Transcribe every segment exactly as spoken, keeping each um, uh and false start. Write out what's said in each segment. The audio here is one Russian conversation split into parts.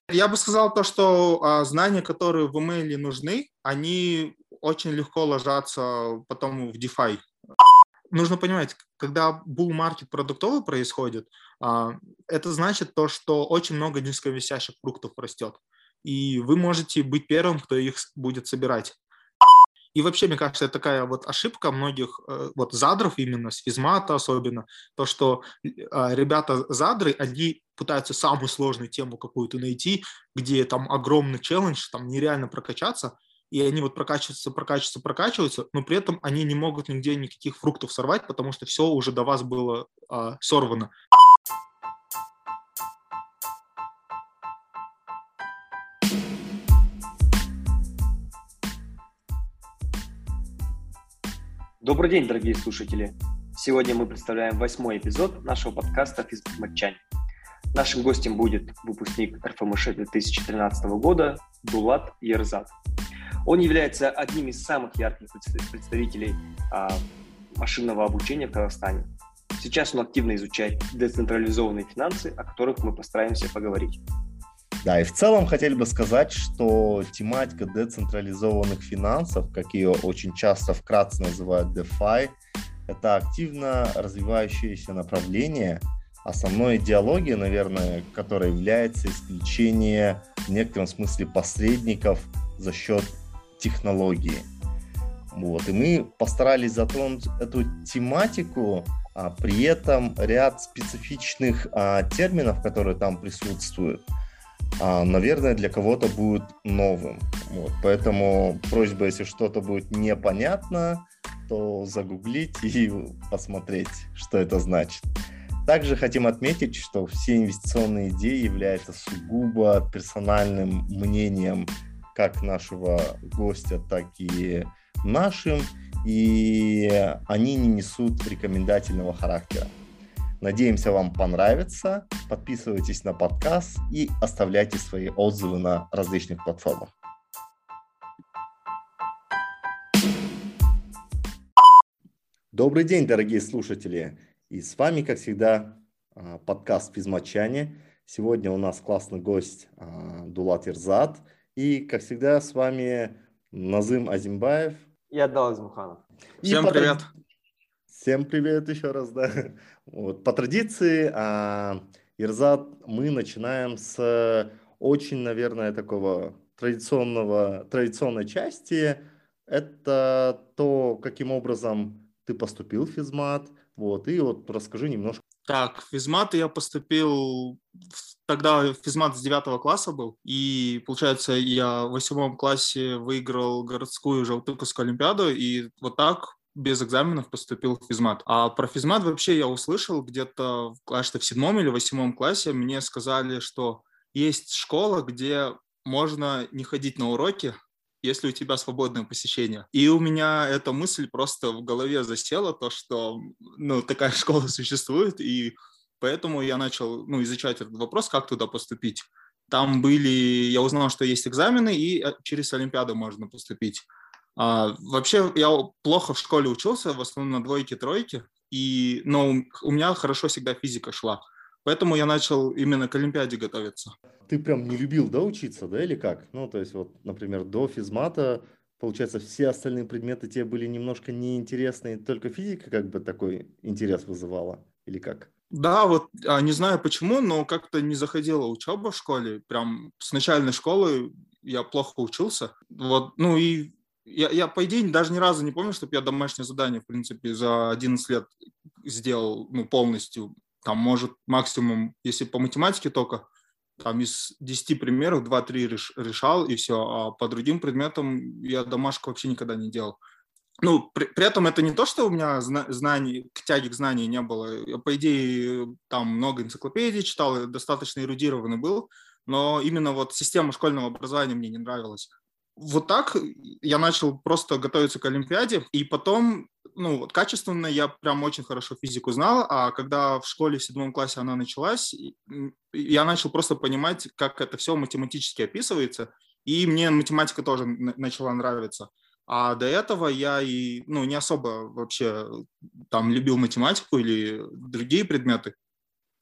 Я бы сказал то, что а, знания, которые в имейле нужны, они очень легко ложатся потом в DeFi. Нужно понимать, когда bull-маркет продуктовый происходит, а, это значит то, что очень много низковисящих фруктов растет. И вы можете быть первым, кто их с- будет собирать. И вообще, мне кажется, это такая вот ошибка многих э, вот задров, именно с физмата особенно, то, что э, ребята-задры, они пытаются самую сложную тему какую-то найти, где там огромный челлендж, там нереально прокачаться, и они вот прокачиваются, прокачиваются, прокачиваются, но при этом они не могут нигде никаких фруктов сорвать, потому что все уже до вас было а, сорвано. Добрый день, дорогие слушатели! Сегодня мы представляем восьмой эпизод нашего подкаста «Физматчане». Нашим гостем будет выпускник эр эф эм эш две тысячи тринадцатого года Дулат Ерзат. Он является одним из самых ярких представителей а, машинного обучения в Казахстане. Сейчас он активно изучает децентрализованные финансы, о которых мы постараемся поговорить. Да, и в целом хотели бы сказать, что тематика децентрализованных финансов, как ее очень часто вкратце называют DeFi, это активно развивающееся направление. Основной идеологией, наверное, которая является исключение в некотором смысле посредников за счет технологии. Вот. И мы постарались затронуть эту тематику, а при этом ряд специфичных а, терминов, которые там присутствуют, а, наверное, для кого-то будет новым. Вот. Поэтому просьба, если что-то будет непонятно, то загуглить и посмотреть, что это значит. Также хотим отметить, что все инвестиционные идеи являются сугубо персональным мнением как нашего гостя, так и нашим, и они не несут рекомендательного характера. Надеемся, вам понравится. Подписывайтесь на подкаст и оставляйте свои отзывы на различных платформах. Добрый день, дорогие слушатели! И с вами, как всегда, подкаст «Физматчане». Сегодня у нас классный гость Дулат Ерзат. И, как всегда, с вами Назым Азимбаев. И Адал Азмуханов. Всем по привет! тради... Всем привет еще раз, да. Вот. По традиции, Ерзат, мы начинаем с очень, наверное, такого традиционного, традиционной части. Это то, каким образом ты поступил в физмат. Вот. И вот расскажи немножко. Так, в физмат я поступил, тогда физмат с девятого класса был, и, получается, я в восьмом классе выиграл городскую Желтыковскую олимпиаду, и вот так без экзаменов поступил в физмат. А про физмат вообще я услышал где-то, кажется, в седьмом или восьмом классе мне сказали, что есть школа, где можно не ходить на уроки, если у тебя свободное посещение. И у меня эта мысль просто в голове засела, то, что ну, такая школа существует, и поэтому я начал ну, изучать этот вопрос, как туда поступить. Там были, я узнал, что есть экзамены, и через Олимпиаду можно поступить. А, вообще, я плохо в школе учился, в основном на двойке-тройке, и, но у меня хорошо всегда физика шла. Поэтому я начал именно к Олимпиаде готовиться. Ты прям не любил, да, учиться, да, или как? Ну, то есть, вот, например, до физмата, получается, все остальные предметы тебе были немножко неинтересны, только физика как бы такой интерес вызывала, или как? Да, вот а, не знаю почему, но как-то не заходила учеба в школе. Прям с начальной школы я плохо учился. Вот, ну и я, я, по идее, даже ни разу не помню, чтобы я домашнее задание, в принципе, за одиннадцать лет сделал ну, полностью. Там, может, максимум, если по математике только, там из десяти примеров два-три реш, решал, и все. А по другим предметам я домашку вообще никогда не делал. Ну, при, при этом это не то, что у меня зна- знаний, к тяге к знанию не было. Я, по идее, там много энциклопедий читал, достаточно эрудированный был, но именно вот система школьного образования мне не нравилась. Вот так я начал просто готовиться к Олимпиаде, и потом, ну, вот качественно я прям очень хорошо физику знал, а когда в школе в седьмом классе она началась, я начал просто понимать, как это все математически описывается, и мне математика тоже начала нравиться. А до этого я и ну, не особо вообще там любил математику или другие предметы.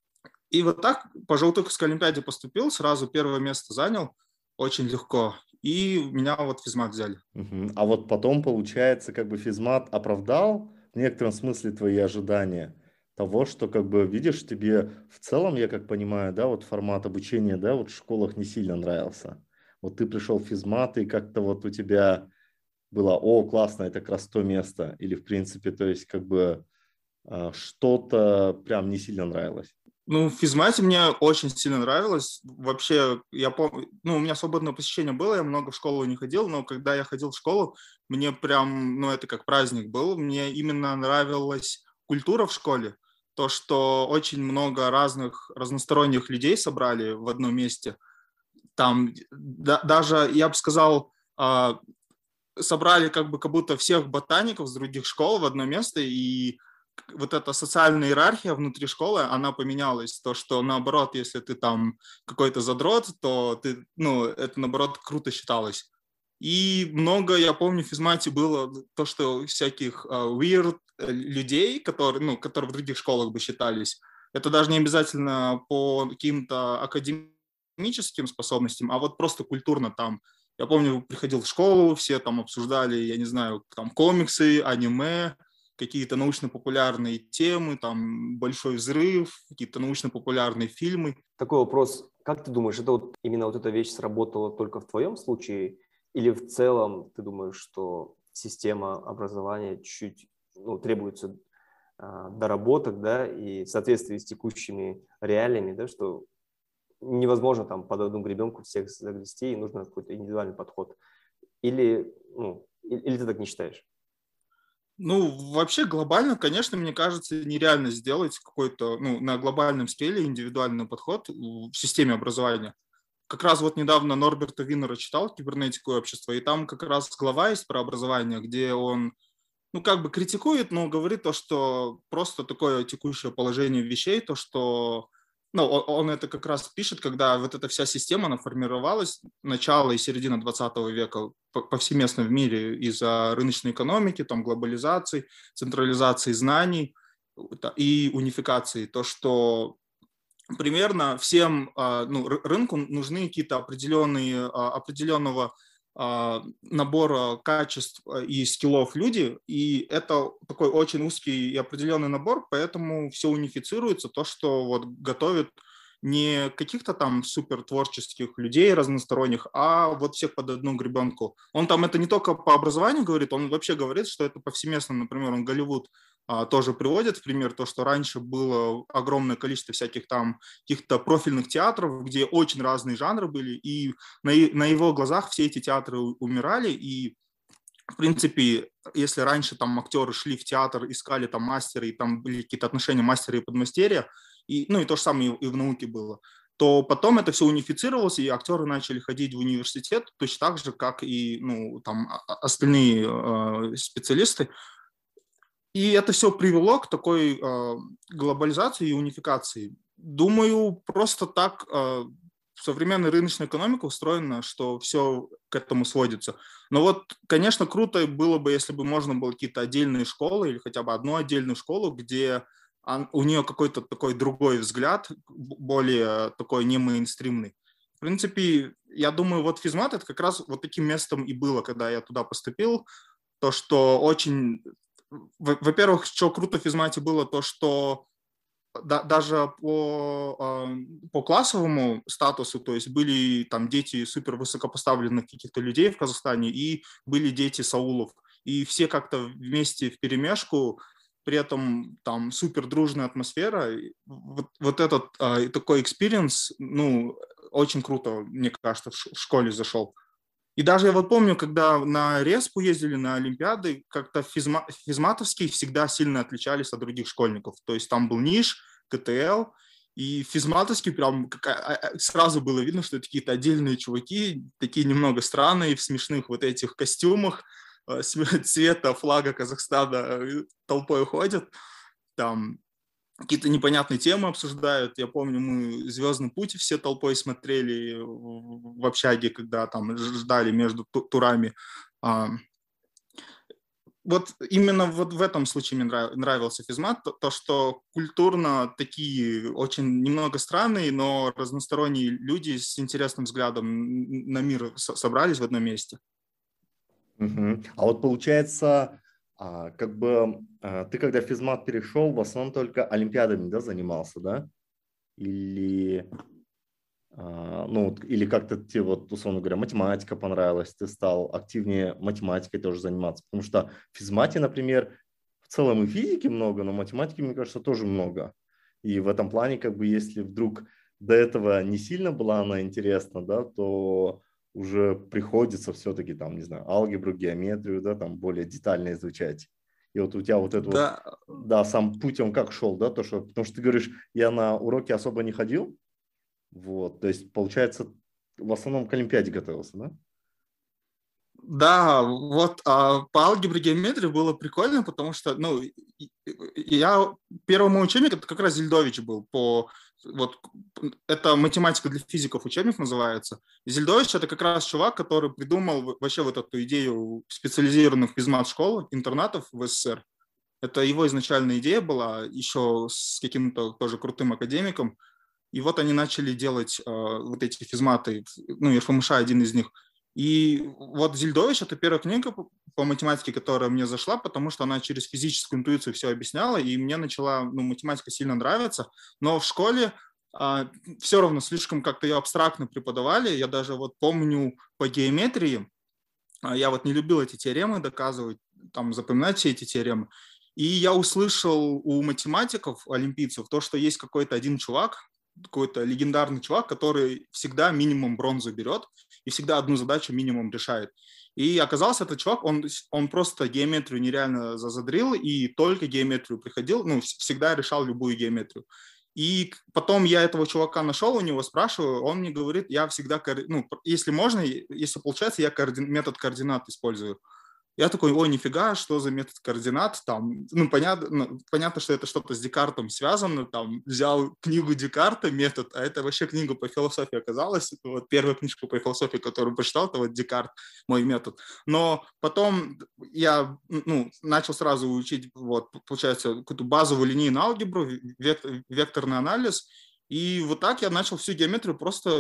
И вот так по Желтыковской олимпиаде поступил, сразу первое место занял, очень легко. И меня вот физмат взяли. Мгм. А вот потом, получается, как бы физмат оправдал в некотором смысле твои ожидания того, что, как бы, видишь, тебе в целом, я как понимаю, да, вот формат обучения, да, вот в школах не сильно нравился. Вот ты пришел в физмат, и как-то вот у тебя было, о, классно, это как раз то место. Или, в принципе, то есть, как бы, а, что-то прям не сильно нравилось. Ну, в физмате мне очень сильно нравилось. Вообще, я помню, ну, у меня свободное посещение было, я много в школу не ходил, но когда я ходил в школу, мне прям, ну, это как праздник был. Мне именно нравилась культура в школе. То, что очень много разных, разносторонних людей собрали в одном месте. Там да, даже, я бы сказал, а, собрали как бы как будто всех ботаников с других школ в одно место, и вот эта социальная иерархия внутри школы, она поменялась. То, что наоборот, если ты там какой-то задрот, то ты, ну, это наоборот круто считалось. И много, я помню, в физмате было то, что всяких uh, weird людей, которые, ну, которые в других школах бы считались. Это даже не обязательно по каким-то академическим способностям, а вот просто культурно там. Я помню, приходил в школу, все там обсуждали, я не знаю, там комиксы, аниме, какие-то научно-популярные темы, там «Большой взрыв», какие-то научно-популярные фильмы. Такой вопрос. Как ты думаешь, это вот именно вот эта вещь сработала только в твоем случае? Или в целом ты думаешь, что система образования чуть ну, требуется а, доработок, да, и в соответствии с текущими реалиями, да, что невозможно там под одну гребенку всех загрести, и нужно какой-то индивидуальный подход? Или, ну, или ты так не считаешь? Ну, вообще глобально, конечно, мне кажется, нереально сделать какой-то, ну, на глобальном скейле индивидуальный подход в системе образования. Как раз вот недавно Норберта Виннера читал «Кибернетику и общество», и там как раз глава есть про образование, где он, ну, как бы критикует, но говорит то, что просто такое текущее положение вещей, то, что, ну, он, он это как раз пишет, когда вот эта вся система, она формировалась, начало и середина двадцатого века повсеместно в мире из-за рыночной экономики, там, глобализации, централизации знаний и унификации, то, что примерно всем ну, рынку нужны какие-то определенные, определенного набора качеств и скиллов люди, и это такой очень узкий и определенный набор, поэтому все унифицируется, то, что вот готовят не каких-то там супер творческих людей разносторонних, а вот всех под одну гребенку. Он там это не только по образованию говорит, он вообще говорит, что это повсеместно, например, он Голливуд а, тоже приводит в пример то, что раньше было огромное количество всяких там каких-то профильных театров, где очень разные жанры были, и на, на его глазах все эти театры умирали, и в принципе, если раньше там актеры шли в театр, искали там мастера, и там были какие-то отношения мастера и подмастерья, и, ну и то же самое и в науке было, то потом это все унифицировалось, и актеры начали ходить в университет точно так же, как и ну, там, остальные э, специалисты. И это все привело к такой э, глобализации и унификации. Думаю, просто так э, современная рыночная экономика устроена, что все к этому сводится. Но вот, конечно, круто было бы, если бы можно было какие-то отдельные школы или хотя бы одну отдельную школу, где у нее какой-то такой другой взгляд, более такой не мейнстримный. В принципе, я думаю, вот физмат это как раз вот таким местом и было, когда я туда поступил. То, что очень... Во-первых, что круто в физмате было, то, что да, даже по, по классовому статусу, то есть были там дети супер высокопоставленных каких-то людей в Казахстане и были дети саулов. И все как-то вместе вперемешку, при этом там супер дружная атмосфера. Вот, вот этот э, такой экспириенс, ну, очень круто, мне кажется, в школе зашел. И даже я вот помню, когда на Респу ездили на Олимпиады, как-то физма, физматовские всегда сильно отличались от других школьников. То есть там был НИШ, КТЛ, и физматовский прям сразу было видно, что это какие-то отдельные чуваки, такие немного странные, в смешных вот этих костюмах, цвета флага Казахстана толпой ходят. Там какие-то непонятные темы обсуждают. Я помню, мы «Звездный путь» все толпой смотрели в общаге, когда там ждали между турами. вот именно вот в этом случае мне нравился физмат, то, то, что культурно такие очень немного странные, но разносторонние люди с интересным взглядом на мир собрались в одном месте. Угу. А вот получается, а, как бы а, ты когда в физмат перешел, в основном только олимпиадами, да, занимался, да? Или, а, ну, или как-то тебе, вот, условно говоря, математика понравилась, ты стал активнее математикой тоже заниматься, потому что в физмате, например, в целом и физики много, но математики, мне кажется, тоже много. И в этом плане, как бы, если вдруг до этого не сильно была она интересна, да, то уже приходится все-таки там, не знаю, алгебру, геометрию, да, там более детально изучать. И вот у тебя вот это Да. вот, да, сам путь, он как шел, да, то, что, потому что ты говоришь, я на уроки особо не ходил, вот, то есть, получается, в основном к олимпиаде готовился, да? Да, вот а по алгебре геометрии было прикольно, потому что, ну, я первый мой учебник это как раз Зельдович был по вот это математика для физиков учебник называется. Зельдович это как раз чувак, который придумал вообще вот эту идею специализированных физмат-школ, интернатов в СССР. Это его изначальная идея была, еще с каким-то тоже крутым академиком. И вот они начали делать э, вот эти физматы, ну, и РФМШ один из них. И вот Зельдович – это первая книга по математике, которая мне зашла, потому что она через физическую интуицию все объясняла, и мне начала ну, математика сильно нравиться. Но в школе а, все равно слишком как-то ее абстрактно преподавали. Я даже вот помню по геометрии, а, я вот не любил эти теоремы доказывать, там запоминать все эти теоремы. И я услышал у математиков, олимпийцев, то, что есть какой-то один чувак, какой-то легендарный чувак, который всегда минимум бронзу берет и всегда одну задачу минимум решает. И оказался этот чувак, он, он просто геометрию нереально зазадрил и только геометрию приходил, ну, всегда решал любую геометрию. И потом я этого чувака нашел, у него спрашиваю, он мне говорит, я всегда, ну, если можно, если получается, я координ, метод координат использую. Я такой, ой, нифига, что за метод координат, там, ну, понятно, ну, понятно, что это что-то с Декартом связано, там, взял книгу Декарта, метод, а это вообще книга по философии оказалась, вот первая книжка по философии, которую прочитал, это вот Декарт, мой метод, но потом я, ну, начал сразу учить, вот, получается, какую-то базовую линейную алгебру, векторный анализ. И вот так я начал всю геометрию просто,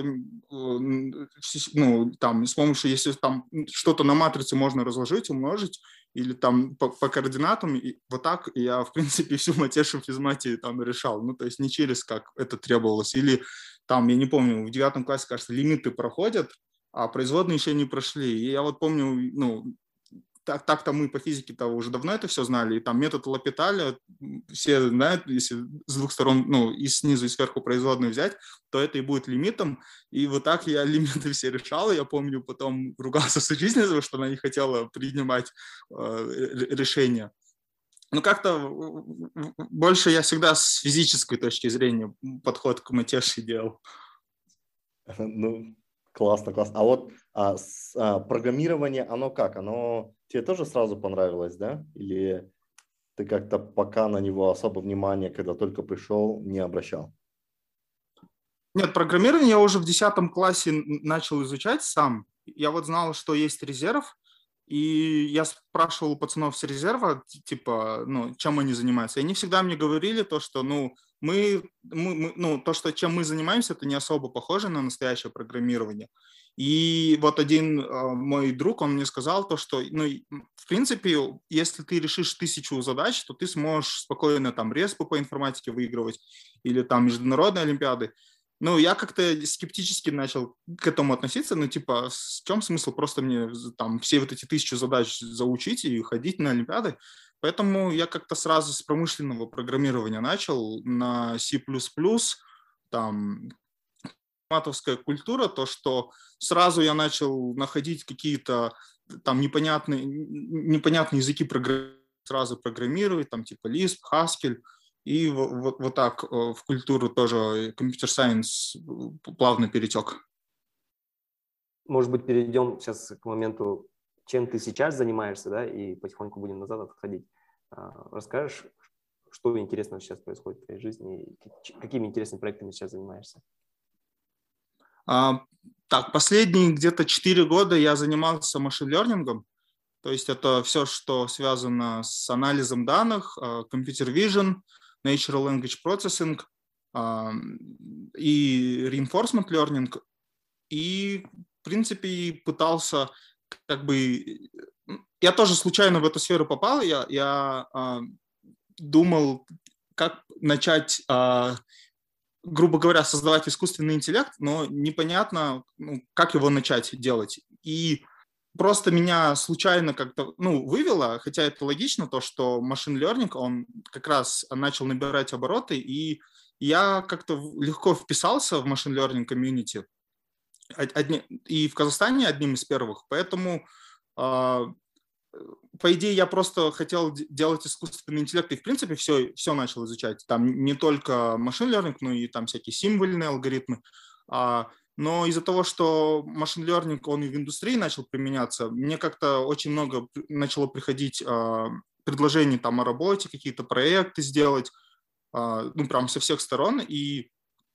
ну, там, с помощью, если там что-то на матрице можно разложить, умножить, или там по, по координатам, и вот так я, в принципе, всю матешу в физмате там решал. Ну, то есть не через как это требовалось. Или там, я не помню, в девятом классе, кажется, лимиты проходят, а производные еще не прошли. И я вот помню, ну, так, так-то мы по физике-то уже давно это все знали, и там метод Лапиталя, все знают, если с двух сторон, ну, и снизу, и сверху производную взять, то это и будет лимитом, и вот так я лимиты все решал, я помню, потом ругался с учительницей, что она не хотела принимать э, решения. Но как-то больше я всегда с физической точки зрения подход к матеше делал. Ну, классно, классно. А вот а, с, а, программирование, оно как? Оно тебе тоже сразу понравилось, да? Или ты как-то пока на него особо внимания, когда только пришел, не обращал? Нет, программирование я уже в десятом классе начал изучать сам. Я вот знал, что есть резерв, и я спрашивал у пацанов с резерва, типа, ну, чем они занимаются. И они всегда мне говорили то, что, ну, мы, мы, мы, ну, то, что чем мы занимаемся, это не особо похоже на настоящее программирование. И вот один э, мой друг, он мне сказал то, что, ну, в принципе, если ты решишь тысячу задач, то ты сможешь спокойно там респу по информатике выигрывать или там международные олимпиады. Ну, я как-то скептически начал к этому относиться, ну, типа, в чем смысл просто мне там все вот эти тысячу задач заучить и ходить на олимпиады? Поэтому я как-то сразу с промышленного программирования начал на C++, там, матовская культура, то, что сразу я начал находить какие-то там непонятные, непонятные языки программирования, сразу программировать, там, типа Lisp, Haskell. И вот, вот так в культуру тоже компьютер-сайенс плавно перетек. Может быть, перейдем сейчас к моменту, чем ты сейчас занимаешься, да, и потихоньку будем назад отходить. Расскажешь, что интересного сейчас происходит в твоей жизни, и какими интересными проектами сейчас занимаешься? А, так, последние где-то четыре года я занимался машин-лернингом. То есть это все, что связано с анализом данных, Computer Vision, Natural Language Processing и Reinforcement Learning. И, в принципе, пытался как бы... Я тоже случайно в эту сферу попал. Я, я а, думал, как начать, а, грубо говоря, создавать искусственный интеллект, но непонятно, ну, как его начать делать. И просто меня случайно как-то, ну, вывело, хотя это логично, то, что machine learning, он как раз начал набирать обороты, и я как-то легко вписался в machine learning community, одни, и в Казахстане одним из первых, поэтому, э, по идее, я просто хотел делать искусственный интеллект, и, в принципе, все, все начал изучать. Там не только machine learning, но и там всякие символьные алгоритмы. А, но из-за того, что machine learning, он и в индустрии начал применяться, мне как-то очень много начало приходить э, предложений там о работе, какие-то проекты сделать, э, ну, прям со всех сторон, и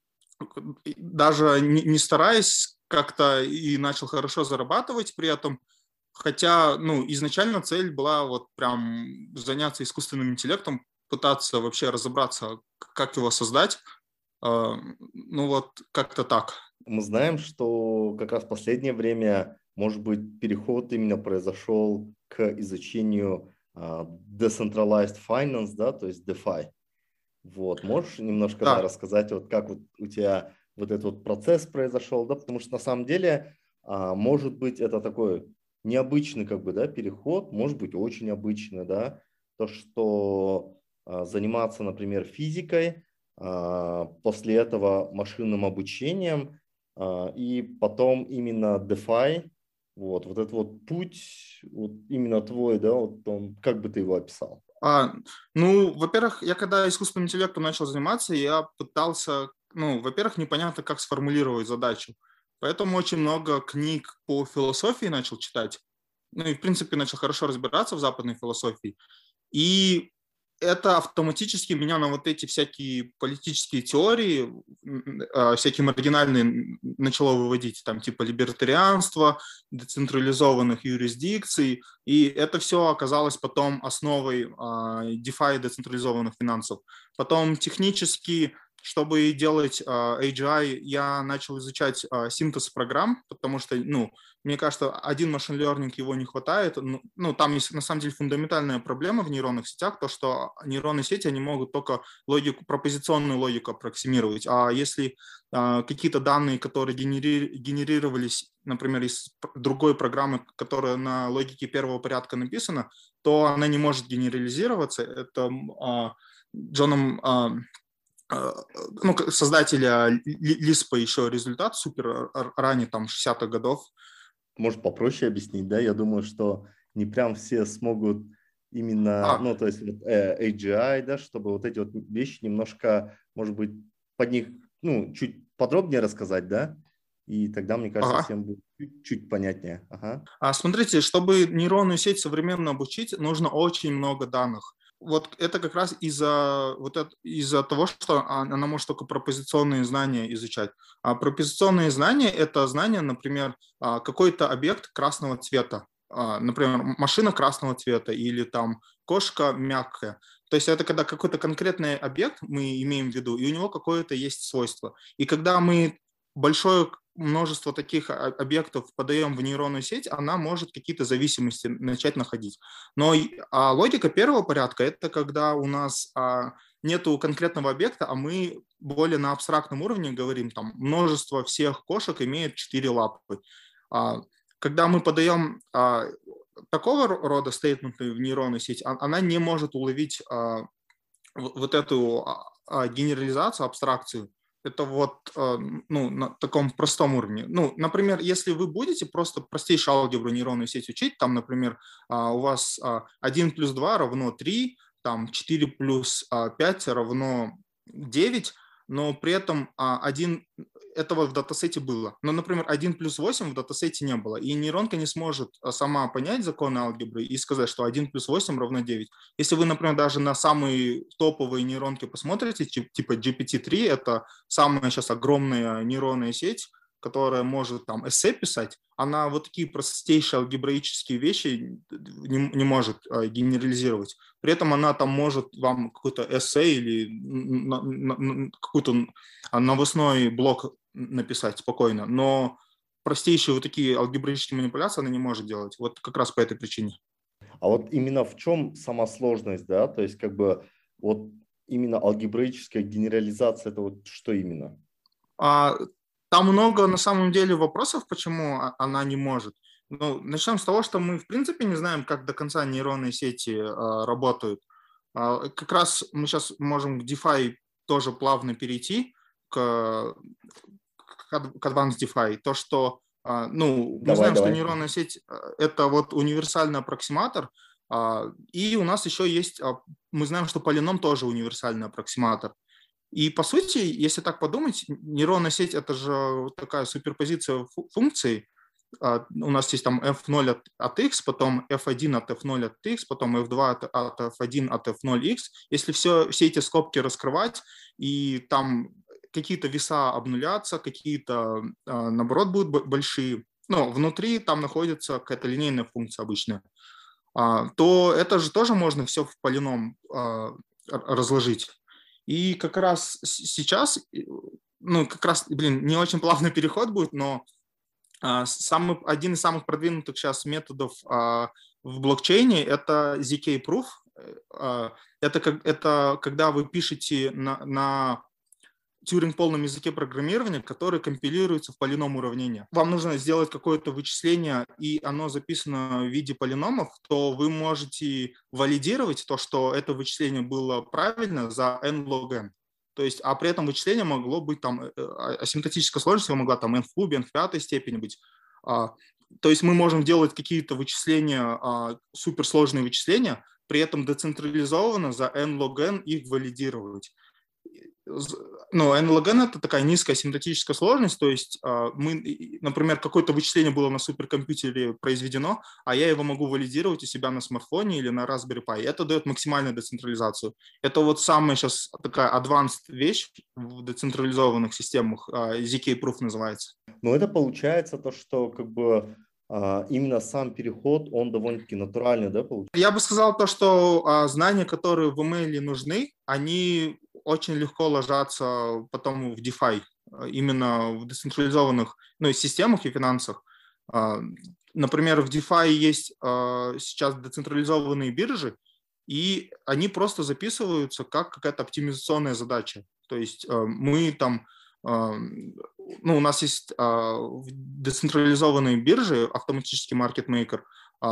даже не, не стараясь, как-то и начал хорошо зарабатывать при этом, хотя, ну, изначально цель была вот прям заняться искусственным интеллектом, пытаться вообще разобраться, как его создать, э, ну, вот как-то так. Мы знаем, что как раз в последнее время, может быть, переход именно произошел к изучению uh, Decentralized Finance, да, то есть DeFi. Вот, можешь немножко да. Да, рассказать, вот как вот у тебя вот этот вот процесс произошел, да, потому что на самом деле, uh, может быть, это такой необычный как бы, да, переход, может быть, очень обычный, да, то, что uh, заниматься, например, физикой, uh, после этого машинным обучением, и потом именно DeFi, вот, вот этот вот путь, вот именно твой, да, вот он, как бы ты его описал? А, ну, во-первых, я когда искусственным интеллектом начал заниматься, я пытался, ну, во-первых, непонятно, как сформулировать задачу, поэтому очень много книг по философии начал читать, ну и, в принципе, начал хорошо разбираться в западной философии, и это автоматически меня на вот эти всякие политические теории, всякие маргинальные начало выводить, там типа либертарианства, децентрализованных юрисдикций, и это все оказалось потом основой DeFi, децентрализованных финансов. Потом технически, чтобы делать эй джи ай, я начал изучать синтез программ, потому что, ну, мне кажется, один machine learning его не хватает. Ну, там есть, на самом деле, фундаментальная проблема в нейронных сетях, то, что нейронные сети, они могут только логику, пропозиционную логику аппроксимировать. А если а, какие-то данные, которые генери, генерировались, например, из другой программы, которая на логике первого порядка написана, то она не может генерализироваться. Это а, Джоном... А, ну, создателя Лиспа еще результат супер ранний, там, шестидесятых годов. Может, попроще объяснить, да? Я думаю, что не прям все смогут именно, а. ну, то есть вот, э, эй джи ай, да, чтобы вот эти вот вещи немножко, может быть, под них, ну, чуть подробнее рассказать, да? И тогда, мне кажется, ага. всем будет чуть, чуть понятнее. Ага. А, смотрите, чтобы нейронную сеть современно обучить, нужно очень много данных. Вот это как раз из-за, вот это, из-за того, что она может только пропозиционные знания изучать. А пропозиционные знания – это знания, например, какой-то объект красного цвета. Например, машина красного цвета или там кошка мягкая. То есть это когда какой-то конкретный объект мы имеем в виду, и у него какое-то есть свойство. И когда мы большое множество таких объектов подаем в нейронную сеть, она может какие-то зависимости начать находить. Но а логика первого порядка – это когда у нас а, нету конкретного объекта, а мы более на абстрактном уровне говорим, там, множество всех кошек имеет четыре лапы. А, когда мы подаем а, такого рода стейтменты в нейронную сеть, а, она не может уловить а, вот эту а, генерализацию, абстракцию. Это вот ну, на таком простом уровне. Ну, например, если вы будете просто простейшую алгебру нейронную сеть учить, там, например, у вас один плюс два равно три, там четыре плюс пять равно девять, но при этом один этого в датасете было. Но, например, один плюс восемь в датасете не было. И нейронка не сможет сама понять законы алгебры и сказать, что один плюс восемь равно девять. Если вы, например, даже на самые топовые нейронки посмотрите, типа джи пи ти три, это самая сейчас огромная нейронная сеть, которая может там эссе писать, она вот такие простейшие алгебраические вещи не, не может а, генерализировать. При этом она там может вам какой-то эссе или на, на, на, какой-то новостной блок написать спокойно, но простейшие вот такие алгебраические манипуляции она не может делать. Вот как раз по этой причине. А вот именно в чем сама сложность, да? То есть как бы вот именно алгебраическая генерализация, это вот что именно? А, там много на самом деле вопросов, почему она не может. Ну, начнем с того, что мы в принципе не знаем, как до конца нейронные сети а, работают. А, как раз мы сейчас можем к DeFi тоже плавно перейти, к, к Advanced DeFi. То, что а, ну, мы Давай, знаем, давай. что нейронная сеть – это вот универсальный аппроксиматор, а, и у нас еще есть, а, мы знаем, что полином тоже универсальный аппроксиматор. И, по сути, если так подумать, нейронная сеть – это же такая суперпозиция функций. У нас есть там эф ноль от, от x, потом эф один от эф ноль от x, потом эф два от, от эф один от эф ноль икс. Если все, все эти скобки раскрывать, и там какие-то веса обнулятся, какие-то, наоборот, будут большие, но внутри там находится какая-то линейная функция обычная, то это же тоже можно все в полином разложить. И как раз сейчас, ну, как раз, блин, не очень плавный переход будет, но а, самый, один из самых продвинутых сейчас методов а, в блокчейне – это зет кей-proof. А, это, как, это когда вы пишете на, на Тьюринг-полном языке программирования, который компилируется в полином уравнения. Вам нужно сделать какое-то вычисление, и оно записано в виде полиномов, то вы можете валидировать то, что это вычисление было правильно за n log n. То есть, а при этом вычисление могло быть там, асимптотическая сложность могла там n в кубе, n в пятой степени быть. То есть мы можем делать какие-то вычисления, суперсложные вычисления, при этом децентрализованно за n log n их валидировать. Ну, n log n – это такая низкая асимптотическая сложность, то есть мы, например, какое-то вычисление было на суперкомпьютере произведено, а я его могу валидировать у себя на смартфоне или на Raspberry Pi. Это дает максимальную децентрализацию. Это вот самая сейчас такая advanced вещь в децентрализованных системах, зет кей-proof называется. Ну, это получается то, что как бы именно сам переход, он довольно-таки натуральный, да, получается? Я бы сказал то, что знания, которые в email нужны, они очень легко ложатся потом в DeFi, именно в децентрализованных, ну, системах и финансах. Например, в DeFi есть сейчас децентрализованные биржи, и они просто записываются как какая-то оптимизационная задача. То есть мы там, ну, у нас есть децентрализованные биржи, автоматический маркетмейкер,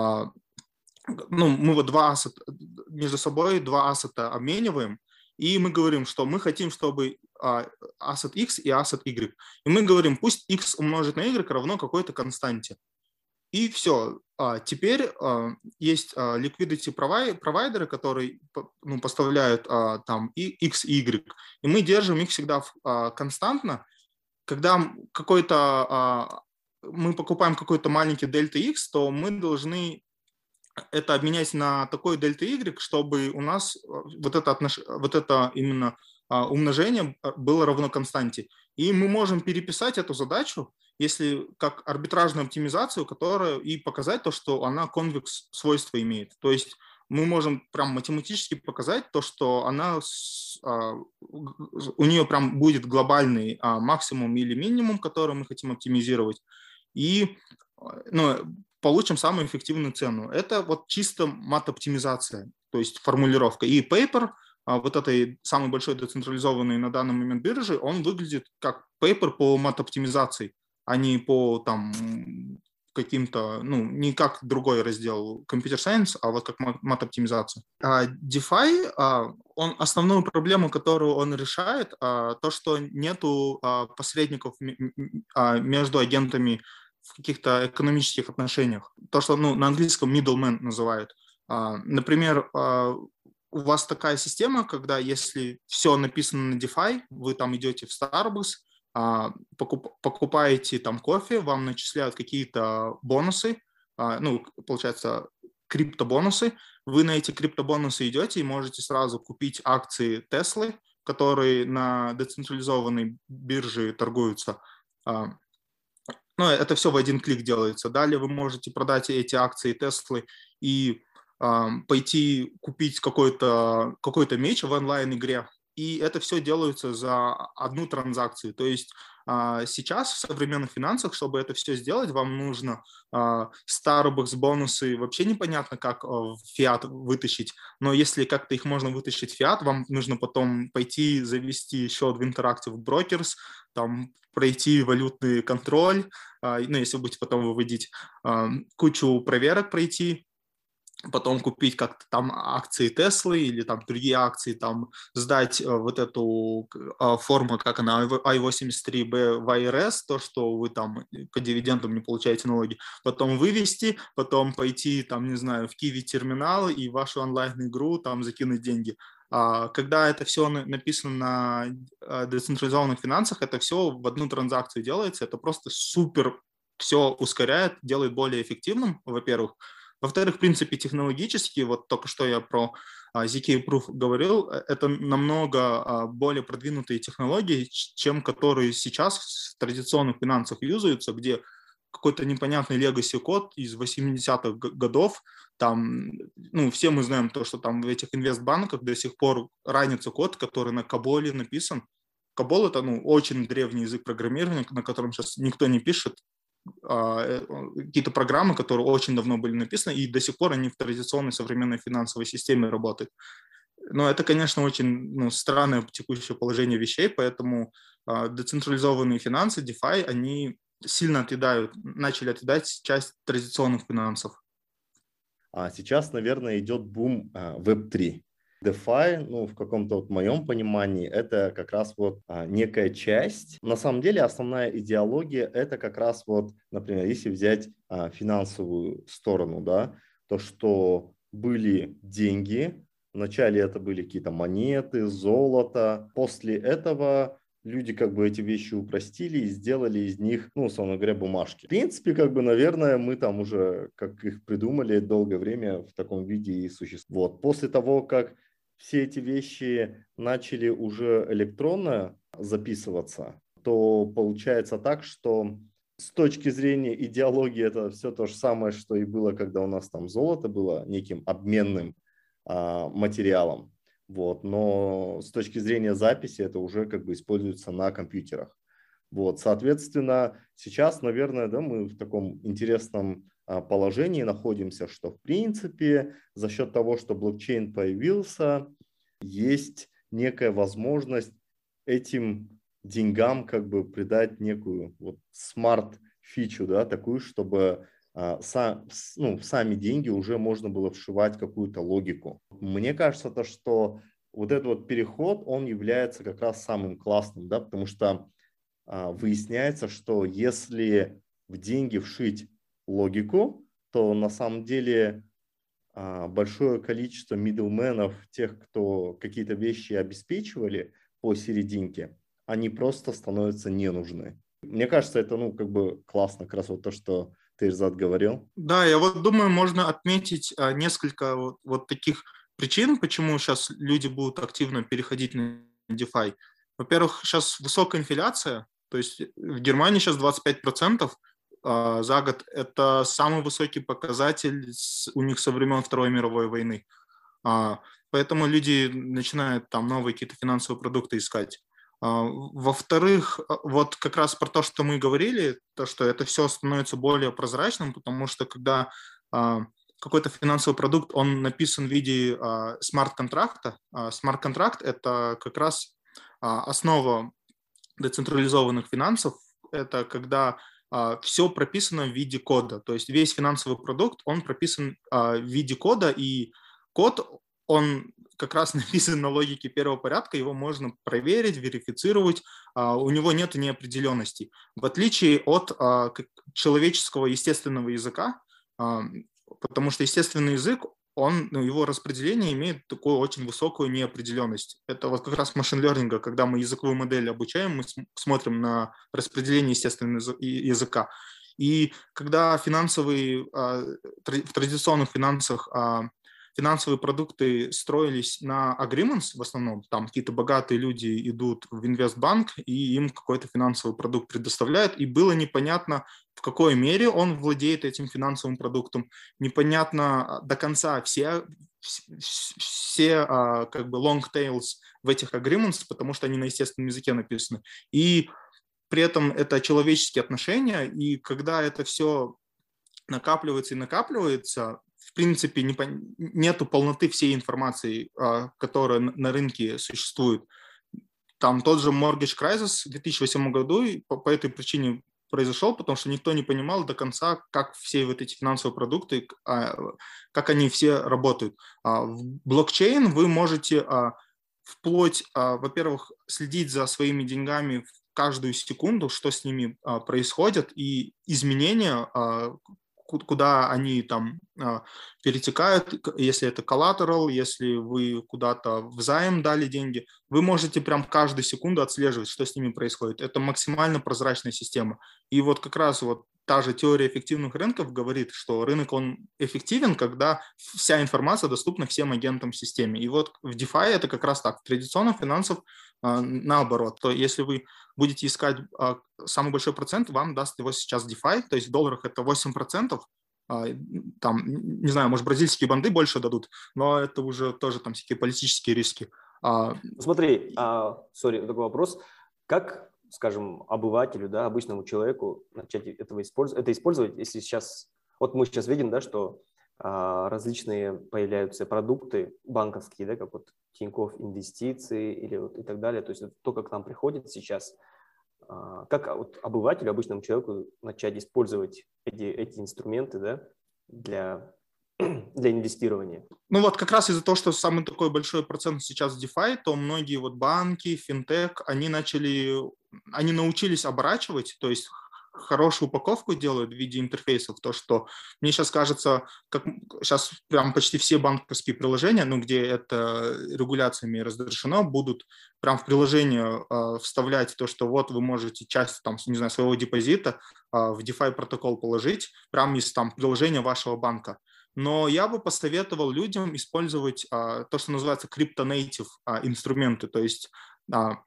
ну, мы вот два ассета, между собой два ассета обмениваем, и мы говорим, что мы хотим, чтобы asset X и asset Y. И мы говорим, пусть X умножить на Y равно какой-то константе. И все. Теперь есть liquidity провайдеры, которые, ну, поставляют там X и Y. И мы держим их всегда константно. Когда какой-то, мы покупаем какой-то маленький дельта X, то мы должны это обменять на такой дельта Y, чтобы у нас вот это, отнош... вот это именно умножение было равно константе. И мы можем переписать эту задачу, если как арбитражную оптимизацию, которая и показать то, что она конвекс свойства имеет. То есть мы можем прям математически показать то, что она, у нее прям будет глобальный максимум или минимум, который мы хотим оптимизировать. И, ну, получим самую эффективную цену. Это вот чисто мат-оптимизация, то есть формулировка. И paper, вот этой самой большой децентрализованной на данный момент биржи, он выглядит как paper по мат-оптимизации, а не по там каким-то, ну, не как другой раздел Computer Science, а вот как мат-оптимизация. А DeFi, он, основную проблему, которую он решает, то, что нету посредников между агентами в каких-то экономических отношениях. То, что, ну, на английском middleman называют. Например, у вас такая система, когда если все написано на DeFi, вы там идете в Starbucks, покупаете там кофе, вам начисляют какие-то бонусы, ну, получается, криптобонусы. Вы на эти криптобонусы идете и можете сразу купить акции Теслы, которые на децентрализованной бирже торгуются. ну, это все в один клик делается. Далее вы можете продать эти акции Теслы и э, пойти купить какой-то, какой-то меч в онлайн-игре. И это все делается за одну транзакцию. То есть а, сейчас в современных финансах, чтобы это все сделать, вам нужно а, Starbucks бонусы, вообще непонятно, как а, в фиат вытащить. Но если как-то их можно вытащить в фиат, вам нужно потом пойти завести счет в Interactive Brokers, там пройти валютный контроль, а, ну, если вы будете потом выводить, а, кучу проверок пройти, потом купить как-то там акции Теслы или там другие акции, там сдать э, вот эту э, форму, как она, ай восемьдесят три би в ай эр эс, то, что вы там по дивидендам не получаете налоги, потом вывести, потом пойти там, не знаю, в Kiwi терминал и вашу онлайн-игру там закинуть деньги. А когда это все написано на децентрализованных финансах, это все в одну транзакцию делается, это просто супер все ускоряет, делает более эффективным, во-первых. Во-вторых, в принципе, технологически, вот только что я про зет кей Proof говорил, это намного более продвинутые технологии, чем которые сейчас в традиционных финансах юзаются, где какой-то непонятный legacy код из восьмидесятых годов, там, ну, все мы знаем то, что там в этих инвестбанках до сих пор ранится код, который на Каболе написан. Кабол – это, ну, очень древний язык программирования, на котором сейчас никто не пишет, какие-то программы, которые очень давно были написаны, и до сих пор они в традиционной современной финансовой системе работают. Но это, конечно, очень ну, странное текущее положение вещей, поэтому э, децентрализованные финансы, DeFi, они сильно отъедают, начали отъедать часть традиционных финансов. А сейчас, наверное, идет бум веб три. DeFi, ну, в каком-то вот моем понимании, это как раз вот а, некая часть. На самом деле основная идеология это как раз вот, например, если взять а, финансовую сторону, да, то, что были деньги, вначале это были какие-то монеты, золото, после этого люди как бы эти вещи упростили и сделали из них, ну, условно говоря, бумажки. В принципе, как бы, наверное, мы там уже, как их придумали, долгое время в таком виде и существуют. Вот. После того, как все эти вещи начали уже электронно записываться, то получается так, что с точки зрения идеологии это все то же самое, что и было, когда у нас там золото было неким обменным а, материалом. Вот. Но с точки зрения записи это уже как бы используется на компьютерах. Вот. Соответственно, сейчас, наверное, да, мы в таком интересном положении находимся, что в принципе за счет того, что блокчейн появился, есть некая возможность этим деньгам как бы придать некую вот смарт-фичу, да, такую, чтобы а, сам, ну, в сами деньги уже можно было вшивать какую-то логику. Мне кажется, то, что вот этот вот переход, он является как раз самым классным, да, потому что а, выясняется, что если в деньги вшить логику, то на самом деле а, большое количество миддлменов, тех, кто какие-то вещи обеспечивали по серединке, они просто становятся не нужны. Мне кажется, это ну как бы классно, как раз вот то, что ты, Ирзат, говорил. Да, я вот думаю, можно отметить а, несколько вот, вот таких причин, почему сейчас люди будут активно переходить на DeFi. Во-первых, сейчас высокая инфляция, то есть в Германии сейчас двадцать пять процентов за год. Это самый высокий показатель у них со времен Второй мировой войны. Поэтому люди начинают там новые какие-то финансовые продукты искать. Во-вторых, вот как раз про то, что мы говорили, то, что это все становится более прозрачным, потому что когда какой-то финансовый продукт, он написан в виде смарт-контракта, смарт-контракт – это как раз основа децентрализованных финансов, это когда Uh, все прописано в виде кода. То есть весь финансовый продукт, он прописан uh, в виде кода, и код, он как раз написан на логике первого порядка, его можно проверить, верифицировать, uh, у него нет неопределенности. В отличие от uh, человеческого естественного языка, uh, потому что естественный язык, он, ну, его распределение имеет такую очень высокую неопределенность. Это вот как раз машин-лернинга, когда мы языковую модель обучаем, мы смотрим на распределение естественного языка. И когда финансовые, в традиционных финансах финансовые продукты строились на agreements в основном, там какие-то богатые люди идут в инвестбанк и им какой-то финансовый продукт предоставляют, и было непонятно, в какой мере он владеет этим финансовым продуктом, непонятно до конца все, все как бы long tails в этих agreements, потому что они на естественном языке написаны, и при этом это человеческие отношения, и когда это все накапливается и накапливается, в принципе, не, нету полноты всей информации, которая на рынке существует. Там тот же Mortgage Crisis в две тысячи восьмом году по, по этой причине произошел, потому что никто не понимал до конца, как все вот эти финансовые продукты, как они все работают. В блокчейн вы можете вплоть, во-первых, следить за своими деньгами каждую секунду, что с ними происходит, и изменения, куда они там а, перетекают, если это collateral, если вы куда-то взаим дали деньги, вы можете прям каждую секунду отслеживать, что с ними происходит. Это максимально прозрачная система. И вот как раз вот та же теория эффективных рынков говорит, что рынок, он эффективен, когда вся информация доступна всем агентам в системе. И вот в DeFi это как раз так. В традиционных финансах а, наоборот. То если вы будете искать а, самый большой процент, вам даст его сейчас DeFi, то есть в долларах это восемь процентов, а, там, не знаю, может, бразильские банды больше дадут, но это уже тоже там всякие политические риски. А, Смотри, а, сори, такой вопрос. Как, скажем, обывателю, да, обычному человеку начать этого использовать, это использовать, если сейчас, вот мы сейчас видим, да, что а, различные появляются продукты банковские, да, как вот Тинькофф инвестиции или вот и так далее, то есть это то, как к нам приходит сейчас. А, как вот обывателю, обычному человеку начать использовать эти, эти инструменты, да, для, для инвестирования? Ну вот как раз из-за того, что самый такой большой процент сейчас в DeFi, то многие вот банки, финтех, они начали, они научились оборачивать, то есть хорошую упаковку делают в виде интерфейсов, то, что мне сейчас кажется, как сейчас прям почти все банковские приложения, ну, где это регуляциями разрешено, будут прям в приложение э, вставлять то, что вот вы можете часть, там, не знаю, своего депозита э, в DeFi протокол положить, прям из там приложения вашего банка. Но я бы посоветовал людям использовать а, то, что называется crypto-native а, инструменты, то есть а,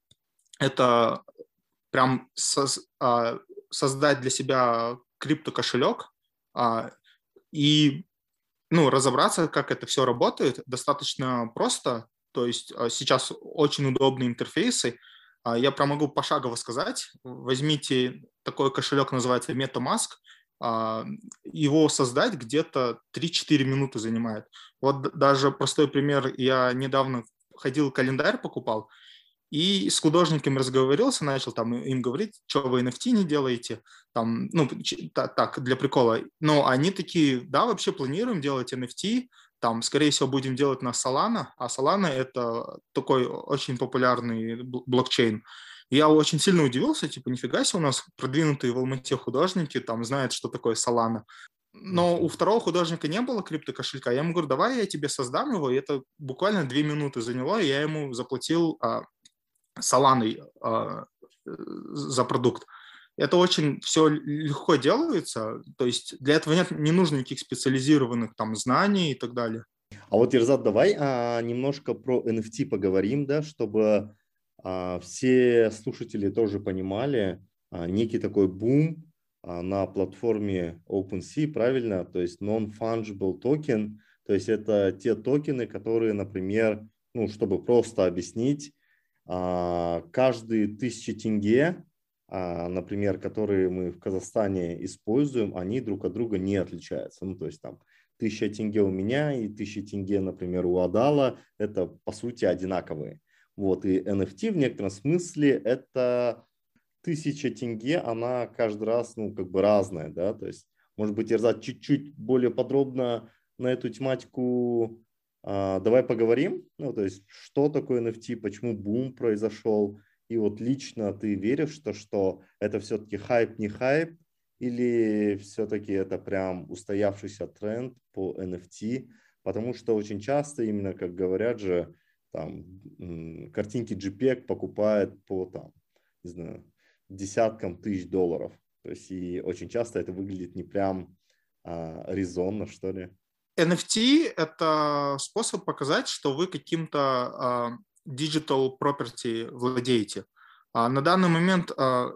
это прям со, а, создать для себя криптокошелек а, и ну, разобраться, как это все работает, достаточно просто, то есть а, сейчас очень удобные интерфейсы, а, я прям могу пошагово сказать, возьмите такой кошелек, называется MetaMask, его создать где-то три-четыре минуты занимает. Вот даже простой пример, я недавно ходил, календарь покупал, и с художниками разговорился, начал там им говорить, что вы эн эф ти не делаете, там, ну, так, для прикола. Но они такие, да, вообще планируем делать эн эф ти, там, скорее всего, будем делать на Solana, а Solana – это такой очень популярный блокчейн. Я очень сильно удивился, типа, нифига себе, у нас продвинутые в Алмате художники, там, знают, что такое Solana. Но у второго художника не было криптокошелька. Я ему говорю, давай я тебе создам его, и это буквально две минуты заняло, и я ему заплатил а, Solana а, за продукт. Это очень все легко делается, то есть для этого нет, не нужно никаких специализированных там знаний и так далее. А вот, Ерзат, давай а, немножко про эн эф ти поговорим, да, чтобы а, все слушатели тоже понимали а, некий такой бум а, на платформе OpenSea, правильно? То есть non-fungible токен, то есть это те токены, которые, например, ну, чтобы просто объяснить, а, каждые тысячи тенге, а, например, которые мы в Казахстане используем, они друг от друга не отличаются. Ну, то есть там тысяча тенге у меня и тысяча тенге, например, у Адала, это по сути одинаковые. Вот, и эн эф ти в некотором смысле это тысяча тенге, она каждый раз, ну, как бы разная, да, то есть, может быть, Ерзат, чуть-чуть более подробно на эту тематику а, давай поговорим, ну, то есть, что такое эн эф ти, почему бум произошел, и вот лично ты веришь, что, что это все-таки хайп, не хайп, или все-таки это прям устоявшийся тренд по эн эф ти, потому что очень часто именно, как говорят же, там, картинки джей пи джи покупают по там, не знаю, десяткам тысяч долларов. То есть и очень часто это выглядит не прям а, резонно, что ли. эн эф ти – это способ показать, что вы каким-то digital property владеете. А на данный момент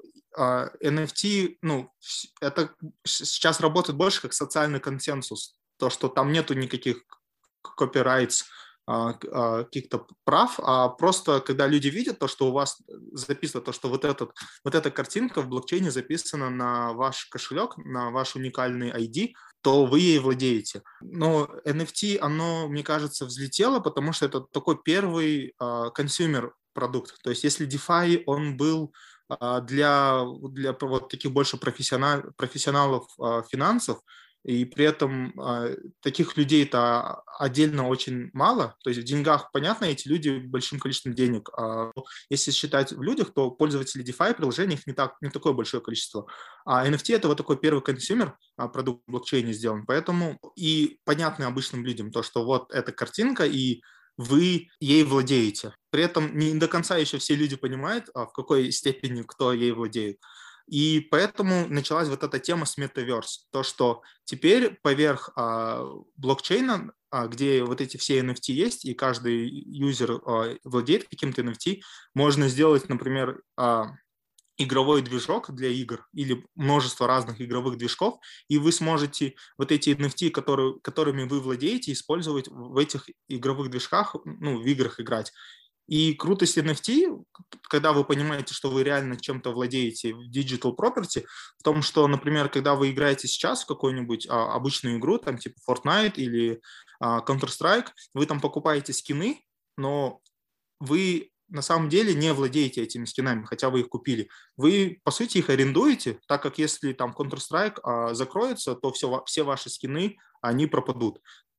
эн эф ти, ну, это сейчас работает больше как социальный консенсус. То, что там нету никаких copyrights, каких-то прав, а просто когда люди видят то, что у вас записано, то, что вот, этот, вот эта картинка в блокчейне записана на ваш кошелек, на ваш уникальный ай ди, то вы ей владеете. Но эн эф ти, оно, мне кажется, взлетело, потому что это такой первый консюмер продукт. То есть если DeFi, он был для, для вот таких больше профессионал, профессионалов финансов, и при этом э, таких людей-то отдельно очень мало. То есть в деньгах, понятно, эти люди большим количеством денег. А если считать в людях, то пользователей DeFi приложений их не, так, не такое большое количество. А эн эф ти – это вот такой первый консюмер, а, продукт в блокчейне сделан. Поэтому и понятно обычным людям то, что вот эта картинка, и вы ей владеете. При этом не до конца еще все люди понимают, а в какой степени кто ей владеет. И поэтому началась вот эта тема с Metaverse. То, что теперь поверх а, блокчейна, а, где вот эти все эн эф ти есть, и каждый юзер а, владеет каким-то эн эф ти, можно сделать, например, а, игровой движок для игр или множество разных игровых движков, и вы сможете вот эти эн эф ти, которые, которыми вы владеете, использовать в этих игровых движках, ну, в играх играть. И крутость эн эф ти, когда вы понимаете, что вы реально чем-то владеете в digital property, в том, что, например, когда вы играете сейчас в какую-нибудь а, обычную игру, там типа Fortnite или а, Counter-Strike, вы там покупаете скины, но вы на самом деле не владеете этими скинами, хотя вы их купили. Вы, по сути, их арендуете, так как если там Counter-Strike а, закроется, то все, все ваши скины, они пропадут.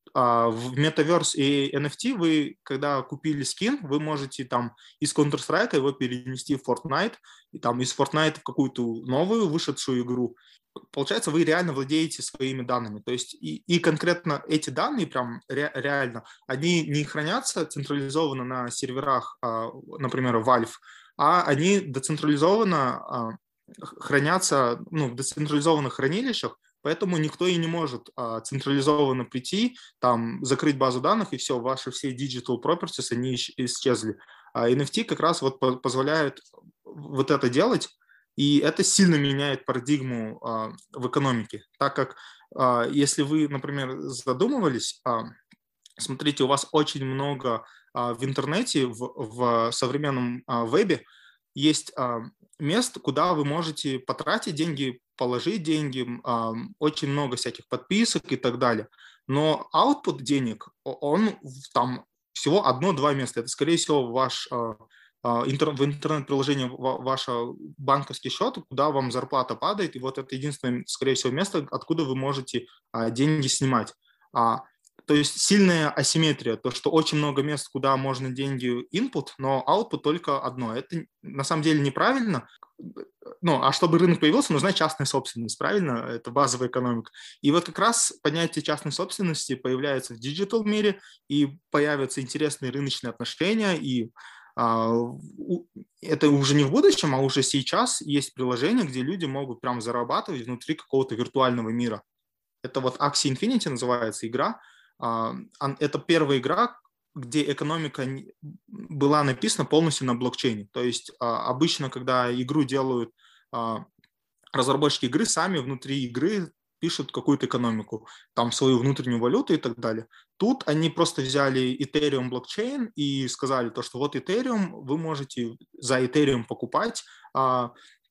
В Metaverse и эн эф ти вы, когда купили скин, вы можете там из Counter-Strike его перенести в Fortnite, и там из Fortnite в какую-то новую вышедшую игру. Получается, вы реально владеете своими данными. То есть и, и конкретно эти данные прям ре, реально, они не хранятся централизованно на серверах, например, Valve, а они децентрализованно хранятся, ну, в децентрализованных хранилищах. Поэтому никто и не может а, централизованно прийти, там, закрыть базу данных, и все, ваши все digital properties, они исчезли. А эн эф ти как раз вот по- позволяет вот это делать, и это сильно меняет парадигму а, в экономике, так как а, если вы, например, задумывались, а, смотрите, у вас очень много а, в интернете, в, в современном а, вебе есть а, мест, куда вы можете потратить деньги, положить деньги, очень много всяких подписок и так далее. Но output денег, он там всего одно-два места. Это, скорее всего, ваш в интернет-приложении ваш банковский счет, куда вам зарплата падает, и вот это единственное, скорее всего, место, откуда вы можете деньги снимать. То есть сильная асимметрия, то, что очень много мест, куда можно деньги input, но output только одно. Это на самом деле неправильно. Ну, а чтобы рынок появился, нужна частная собственность, правильно? Это базовая экономика. И вот как раз понятие частной собственности появляется в диджитал мире, и появятся интересные рыночные отношения, и а, это уже не в будущем, а уже сейчас есть приложения, где люди могут прям зарабатывать внутри какого-то виртуального мира. Это вот Axie Infinity называется игра. Это первая игра, где экономика была написана полностью на блокчейне. То есть обычно, когда игру делают разработчики игры, сами внутри игры пишут какую-то экономику, там свою внутреннюю валюту и так далее. Тут они просто взяли Ethereum блокчейн и сказали, то, что вот Ethereum, вы можете за Ethereum покупать ну,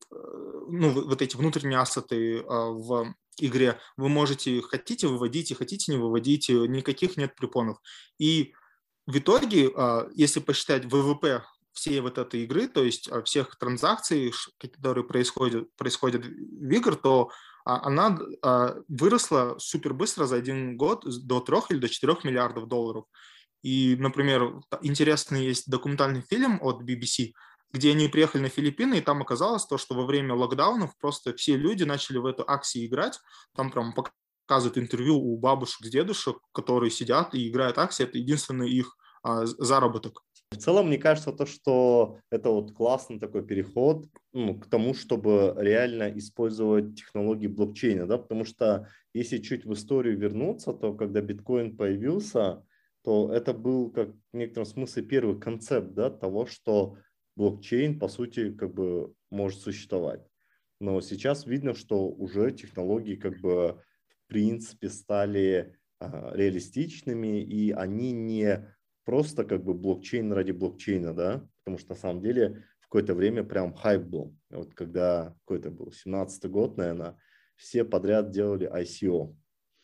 вот эти внутренние ассеты в игре. Вы можете, хотите выводите, хотите не выводите, никаких нет препонов. И в итоге, если посчитать вэ вэ пэ всей вот этой игры, то есть всех транзакций, которые происходят, происходят в играх, то она выросла супер быстро за один год до трех или до четырех миллиардов долларов. И, например, интересный есть документальный фильм от би би си, где они приехали на Филиппины, и там оказалось то, что во время локдаунов просто все люди начали в эту Axie играть. Там прям показывают интервью у бабушек с дедушек, которые сидят и играют Axie. Это единственный их а, заработок. В целом, мне кажется, то, что это вот классный такой переход, ну, к тому, чтобы реально использовать технологии блокчейна, да, потому что если чуть в историю вернуться, то когда биткоин появился, то это был, как в некотором смысле, первый концепт, да, того, что блокчейн, по сути, как бы может существовать. Но сейчас видно, что уже технологии как бы в принципе стали а, реалистичными, и они не просто как бы блокчейн ради блокчейна, да, потому что на самом деле в какое-то время прям хайп был. Вот когда какой-то был семнадцатый год, наверное, все подряд делали ай си о.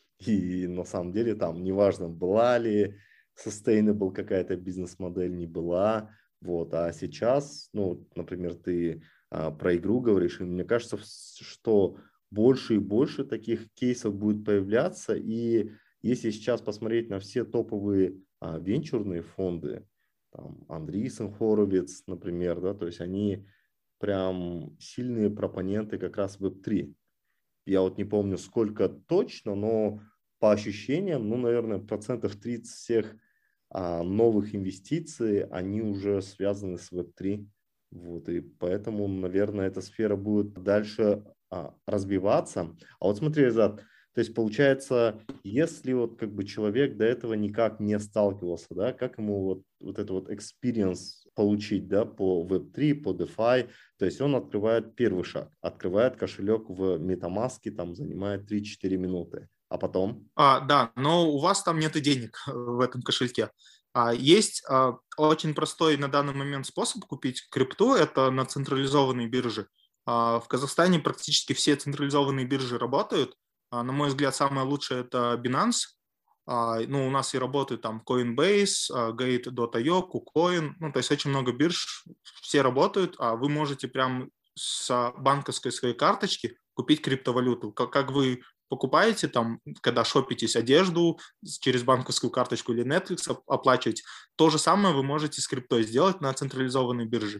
И на самом деле там неважно, была ли sustainable какая-то бизнес-модель, не была. Вот. А сейчас, ну, например, ты а, про игру говоришь, и мне кажется, что больше и больше таких кейсов будет появляться. И если сейчас посмотреть на все топовые а, венчурные фонды, там, Andreessen Horowitz, например, да, то есть они прям сильные пропоненты как раз веб три. Я вот не помню, сколько точно, но по ощущениям, ну, наверное, процентов тридцать всех а, новых инвестиций, они уже связаны с веб три. Вот, и поэтому, наверное, эта сфера будет дальше а, развиваться. А вот смотри, Азат, то есть получается, если вот как бы человек до этого никак не сталкивался, да, как ему вот, вот это вот experience получить, да, по веб три, по DeFi, то есть он открывает первый шаг, открывает кошелек в MetaMask, там занимает три-четыре минуты, а потом? А, да, но у вас там нет и денег в этом кошельке. А, есть а, очень простой на данный момент способ купить крипту, это на централизованной бирже. А, в Казахстане практически все централизованные биржи работают. А, на мой взгляд, самое лучшее это Binance. А, ну, у нас и работают там Coinbase, Gate точка ай о, KuCoin. Ну, то есть очень много бирж, все работают, а вы можете прям с банковской своей карточки купить криптовалюту. Как, как вы покупаете там, когда шопитесь одежду через банковскую карточку или Netflix оплачиваете, то же самое вы можете с криптой сделать на централизованной бирже.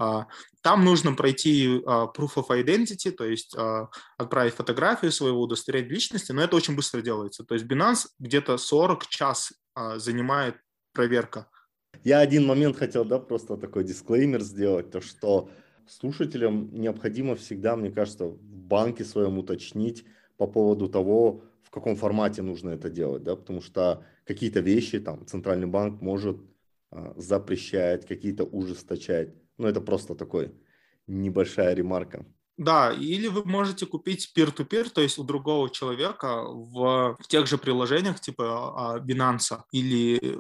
Там нужно пройти proof of identity, то есть отправить фотографию своего удостоверения личности, но это очень быстро делается. То есть Binance где-то сорок час занимает проверка. Я один момент хотел, да, просто такой дисклеймер сделать, то что слушателям необходимо всегда, мне кажется, в банке своем уточнить по поводу того, в каком формате нужно это делать, да, потому что какие-то вещи там Центральный банк может а, запрещать, какие-то ужесточать. Ну, это просто такой небольшая ремарка. Да, или вы можете купить peer-to-peer, то есть у другого человека в, в тех же приложениях типа Binance или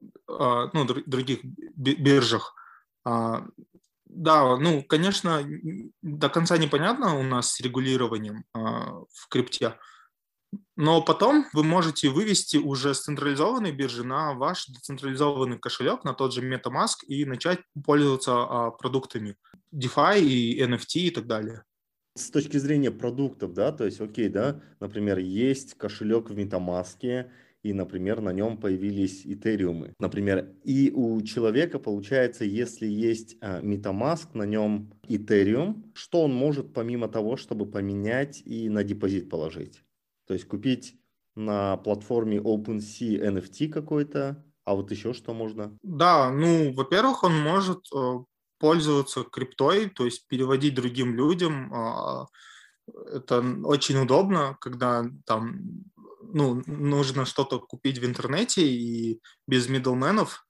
ну, других биржах. Да, ну, конечно, до конца непонятно у нас с регулированием в крипте, но потом вы можете вывести уже с централизованной биржи на ваш децентрализованный кошелек, на тот же MetaMask и начать пользоваться продуктами DeFi и эн эф ти и так далее. С точки зрения продуктов, да, то есть, окей, да, например, есть кошелек в MetaMask, и, например, на нем появились этериумы. Например, и у человека, получается, если есть MetaMask, на нем этериум, что он может помимо того, чтобы поменять и на депозит положить? То есть купить на платформе OpenSea эн эф ти какой-то, а вот еще что можно? Да, ну, во-первых, он может пользоваться криптой, то есть переводить другим людям. Это очень удобно, когда там ну, нужно что-то купить в интернете и без миддлменов.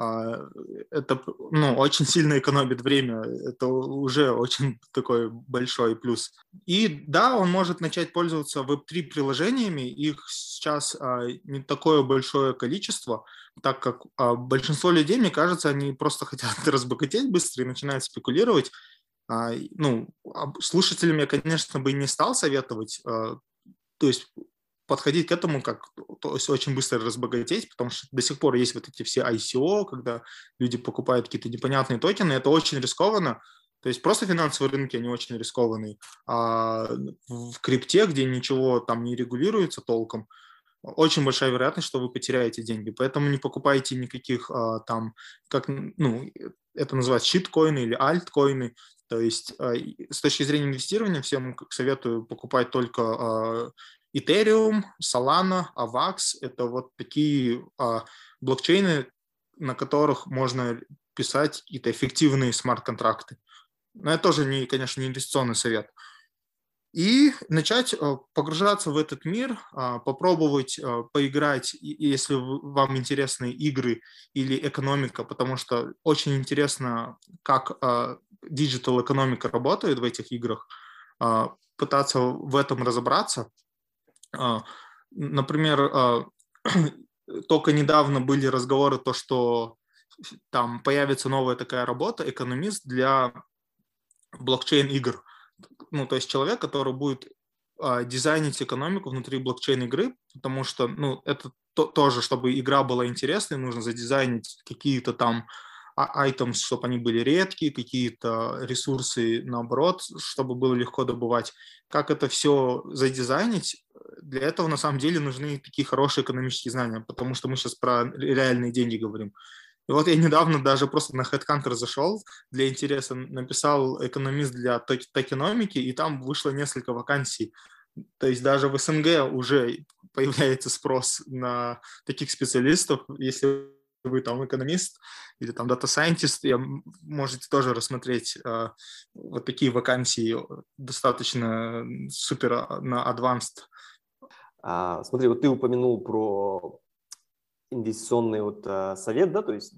Это ну, очень сильно экономит время. Это уже очень такой большой плюс. И да, он может начать пользоваться веб три приложениями. Их сейчас не такое большое количество, так как большинство людей, мне кажется, они просто хотят разбогатеть быстро и начинают спекулировать. Ну, слушателям я, конечно, бы не стал советовать, то есть подходить к этому как то есть очень быстро разбогатеть, потому что до сих пор есть вот эти все ай си о, когда люди покупают какие-то непонятные токены, это очень рискованно. То есть просто финансовые рынки, они очень рискованные. А в крипте, где ничего там не регулируется толком, очень большая вероятность, что вы потеряете деньги. Поэтому не покупайте никаких а, там, как, ну, это называется щиткоины или альткоины. То есть а, с точки зрения инвестирования всем советую покупать только а, Ethereum, Solana, Avax. Это вот такие а, блокчейны, на которых можно писать какие-то эффективные смарт-контракты. Но это тоже, не, конечно, не инвестиционный совет. И начать погружаться в этот мир, попробовать поиграть, если вам интересны игры или экономика, потому что очень интересно, как диджитал-экономика работает в этих играх, пытаться в этом разобраться. Например, только недавно были разговоры, то, что там появится новая такая работа, экономист для блокчейн-игр. Ну, то есть человек, который будет а, дизайнить экономику внутри блокчейн-игры, потому что, ну, это то, тоже, чтобы игра была интересной, нужно задизайнить какие-то там items, чтобы они были редкие, какие-то ресурсы, наоборот, чтобы было легко добывать. Как это все задизайнить, для этого, на самом деле, нужны такие хорошие экономические знания, потому что мы сейчас про реальные деньги говорим. И вот я недавно даже просто на HeadHunter зашел, для интереса написал экономист для токеномики, и там вышло несколько вакансий. То есть даже в СНГ уже появляется спрос на таких специалистов. Если вы там экономист или там дата-сайентист, можете тоже рассмотреть э, вот такие вакансии достаточно супер на advanced. А, смотри, вот ты упомянул про инвестиционный вот, а, совет, да, то есть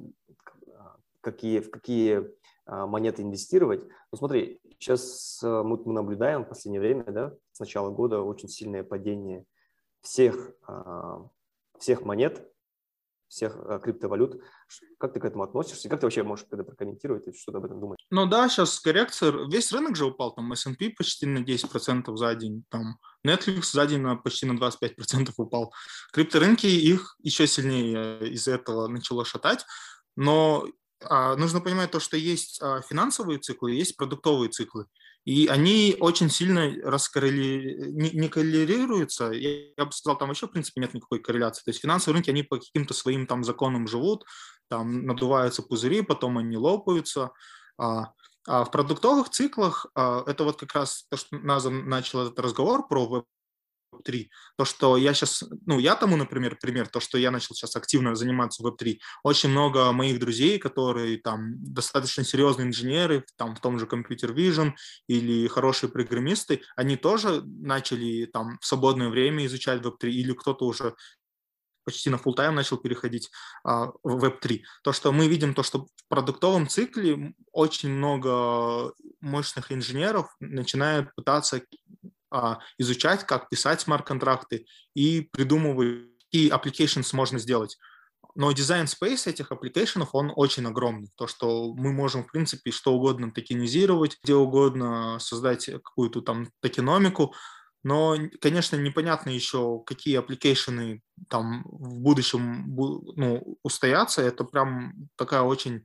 какие, в какие а, монеты инвестировать. Ну, смотри, сейчас а, мы, мы наблюдаем в последнее время, да, с начала года очень сильное падение всех, а, всех монет, всех а, криптовалют. Как ты к этому относишься? Как ты вообще можешь это прокомментировать? Что ты об этом думаешь? Ну да, сейчас коррекция. Весь рынок же упал. Там эс энд пи почти на десять процентов за день. Там Netflix за день на почти на двадцать пять процентов упал. Крипторынки их еще сильнее из-за этого начало шатать. Но а, нужно понимать то, что есть а, финансовые циклы, есть продуктовые циклы. И они очень сильно раскоррели... не, не коррелируются. Я, я бы сказал, там вообще, в принципе, нет никакой корреляции. То есть финансовые рынки, они по каким-то своим там законам живут, там надуваются пузыри, потом они лопаются. А, а в продуктовых циклах а, это вот как раз то, что Назан начал этот разговор про веб три. То, что я сейчас, ну, я тому, например, пример, то, что я начал сейчас активно заниматься веб три. Очень много моих друзей, которые там достаточно серьезные инженеры, там в том же Computer Vision или хорошие программисты, они тоже начали там в свободное время изучать веб три, или кто-то уже почти на фулл-тайм начал переходить а, в веб три. То, что мы видим, то, что в продуктовом цикле очень много мощных инженеров начинают пытаться а, изучать, как писать смарт-контракты и придумывать, какие applications можно сделать. Но дизайн space этих applications, он очень огромный. То, что мы можем, в принципе, что угодно токенизировать, где угодно создать какую-то там токеномику. Но, конечно, непонятно еще, какие аппликейшены там в будущем ну, устоятся. Это прям такая очень...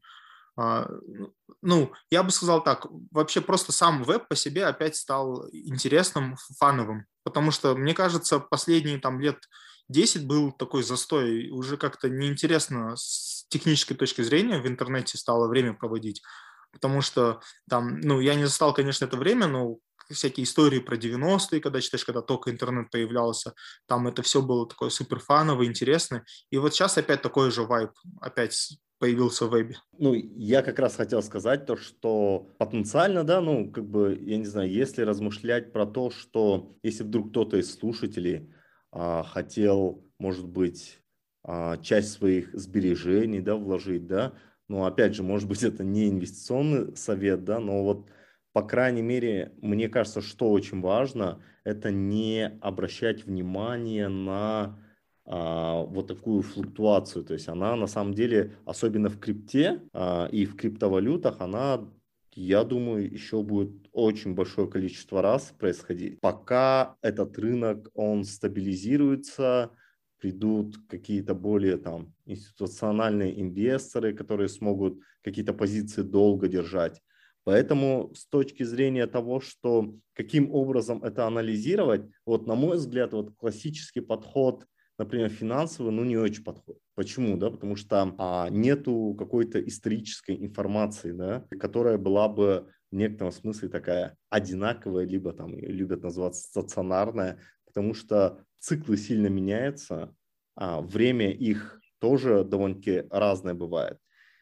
Ну, я бы сказал так, вообще просто сам веб по себе опять стал интересным, фановым. Потому что, мне кажется, последние там лет десять был такой застой. Уже как-то неинтересно с технической точки зрения в интернете стало время проводить. Потому что там, ну, я не застал, конечно, это время, но всякие истории про девяностые, когда читаешь, когда только интернет появлялся, там это все было такое супер фановое, интересное. И вот сейчас опять такой же вайб, опять появился в вебе. Ну, я как раз хотел сказать то, что потенциально, да, ну, как бы, я не знаю, если размышлять про то, что если вдруг кто-то из слушателей а, хотел, может быть, а, часть своих сбережений, да, вложить, да, ну, опять же, может быть, это не инвестиционный совет, да, но вот, по крайней мере, мне кажется, что очень важно, это не обращать внимание на а, вот такую флуктуацию. То есть она на самом деле, особенно в крипте а, и в криптовалютах, она, я думаю, еще будет очень большое количество раз происходить. Пока этот рынок, он стабилизируется, придут какие-то более там институциональные инвесторы, которые смогут какие-то позиции долго держать. Поэтому с точки зрения того, что каким образом это анализировать, вот на мой взгляд, вот классический подход, например, финансовый, ну не очень подходит. Почему? Да? Потому что а, нету какой-то исторической информации, да, которая была бы в некотором смысле такая одинаковая, либо там ее любят называть стационарная, потому что циклы сильно меняются, а время их тоже довольно-таки разное бывает.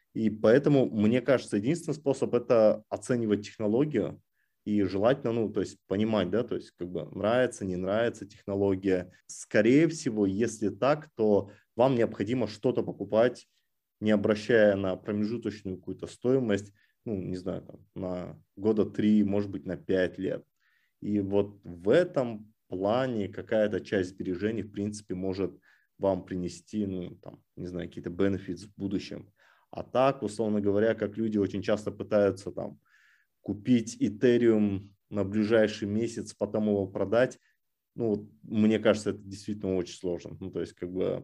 И поэтому, мне кажется, единственный способ – это оценивать технологию и желательно, ну, то есть понимать, да, то есть как бы нравится, не нравится технология. Скорее всего, если так, то вам необходимо что-то покупать, не обращая на промежуточную какую-то стоимость, ну, не знаю, там, на года три, может быть, на пять лет. И вот в этом плане какая-то часть сбережений, в принципе, может вам принести, ну, там, не знаю, какие-то benefits в будущем. А так, условно говоря, как люди очень часто пытаются там купить Ethereum на ближайший месяц, потом его продать, ну, мне кажется, это действительно очень сложно. Ну, то есть, как бы,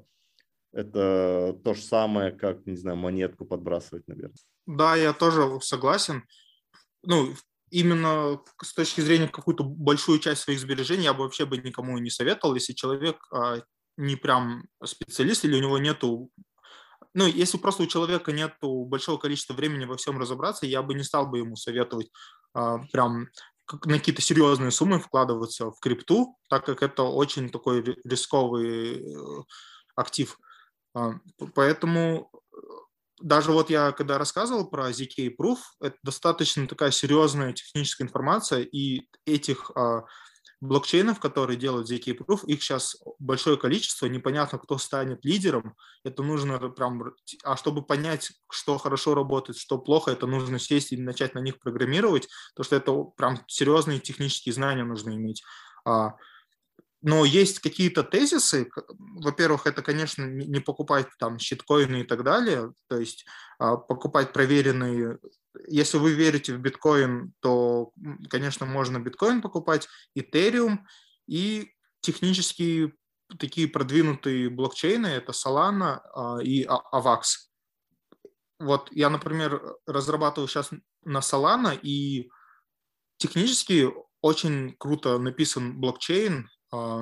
это то же самое, как, не знаю, монетку подбрасывать, наверное. Да, я тоже согласен. Ну, именно с точки зрения какую-то большую часть своих сбережений я бы вообще бы никому не советовал, если человек а, не прям специалист или у него нету... Ну, если просто у человека нету большого количества времени во всем разобраться, я бы не стал бы ему советовать а, прям как- на какие-то серьезные суммы вкладываться в крипту, так как это очень такой ри- рисковый э, актив. А, п- Поэтому э, даже вот я когда рассказывал про зет кей Proof, это достаточно такая серьезная техническая информация, и этих а, блокчейнов, которые делают зет кей Proof, их сейчас большое количество, непонятно, кто станет лидером, это нужно прям, а чтобы понять, что хорошо работает, что плохо, это нужно сесть и начать на них программировать, потому что это прям серьезные технические знания нужно иметь. А, Но есть какие-то тезисы. к- Во-первых, это, конечно, не не покупать там щиткоины и так далее, то есть а, покупать проверенные. Если вы верите в биткоин, то, м, конечно, можно биткоин покупать, Ethereum и технически такие продвинутые блокчейны, это Solana а, и А- Avax. Вот я, например, разрабатываю сейчас на Solana, и технически очень круто написан блокчейн, а,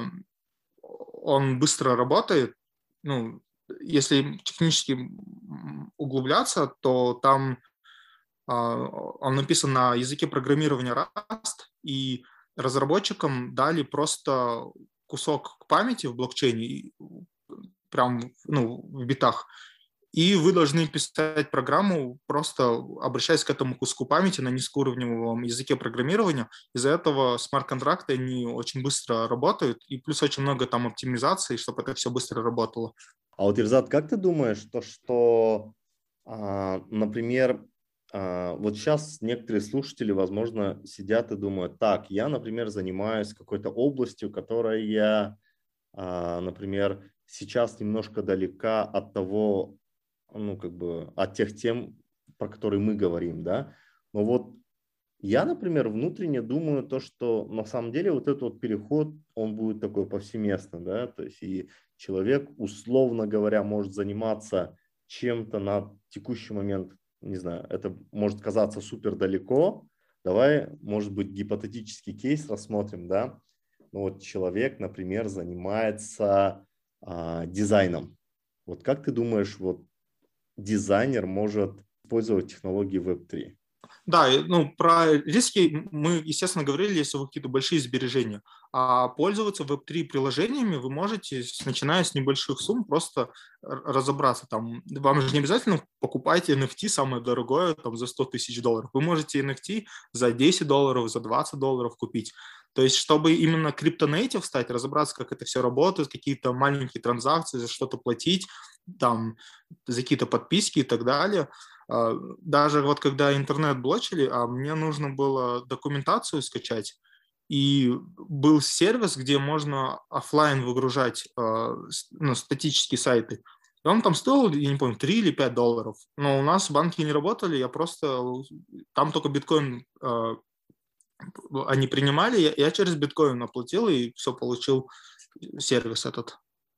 он быстро работает. Ну, если технически углубляться, то там а, он написан на языке программирования Rust, и разработчикам дали просто кусок памяти в блокчейне, и прям ну, в битах, и вы должны писать программу, просто обращаясь к этому куску памяти на низкоуровневом языке программирования. Из-за этого смарт-контракты, они очень быстро работают, и плюс очень много там оптимизации, чтобы это все быстро работало. А вот, Ирзат, как ты думаешь, то, что, а, например, а, вот сейчас некоторые слушатели, возможно, сидят и думают, так, я, например, занимаюсь какой-то областью, которая, а, например, сейчас немножко далека от того, ну, как бы, от тех тем, про которые мы говорим, да, но вот я, например, внутренне думаю то, что на самом деле вот этот вот переход, он будет такой повсеместный, да, то есть и человек, условно говоря, может заниматься чем-то на текущий момент, не знаю, это может казаться супер далеко, давай, может быть, гипотетический кейс рассмотрим, да, ну вот человек, например, занимается а, дизайном. Вот как ты думаешь, вот дизайнер может использовать технологии веб три? Да, ну про риски мы, естественно, говорили, если у вас какие-то большие сбережения. А пользоваться веб три приложениями вы можете, начиная с небольших сумм, просто разобраться. Там, вам же не обязательно покупать эн эф ти самое дорогое там, за сто тысяч долларов. Вы можете эн эф ти за десять долларов, за двадцать долларов купить. То есть, чтобы именно криптонейтив стать, разобраться, как это все работает, какие-то маленькие транзакции, за что-то платить, там, за какие-то подписки и так далее. Даже вот когда интернет блочили, а мне нужно было документацию скачать, и был сервис, где можно офлайн выгружать ну, статические сайты. И он там стоил, я не помню, три или пять долларов. Но у нас банки не работали, я просто... Там только биткоин они принимали, я, я через биткоин оплатил и все, получил сервис этот.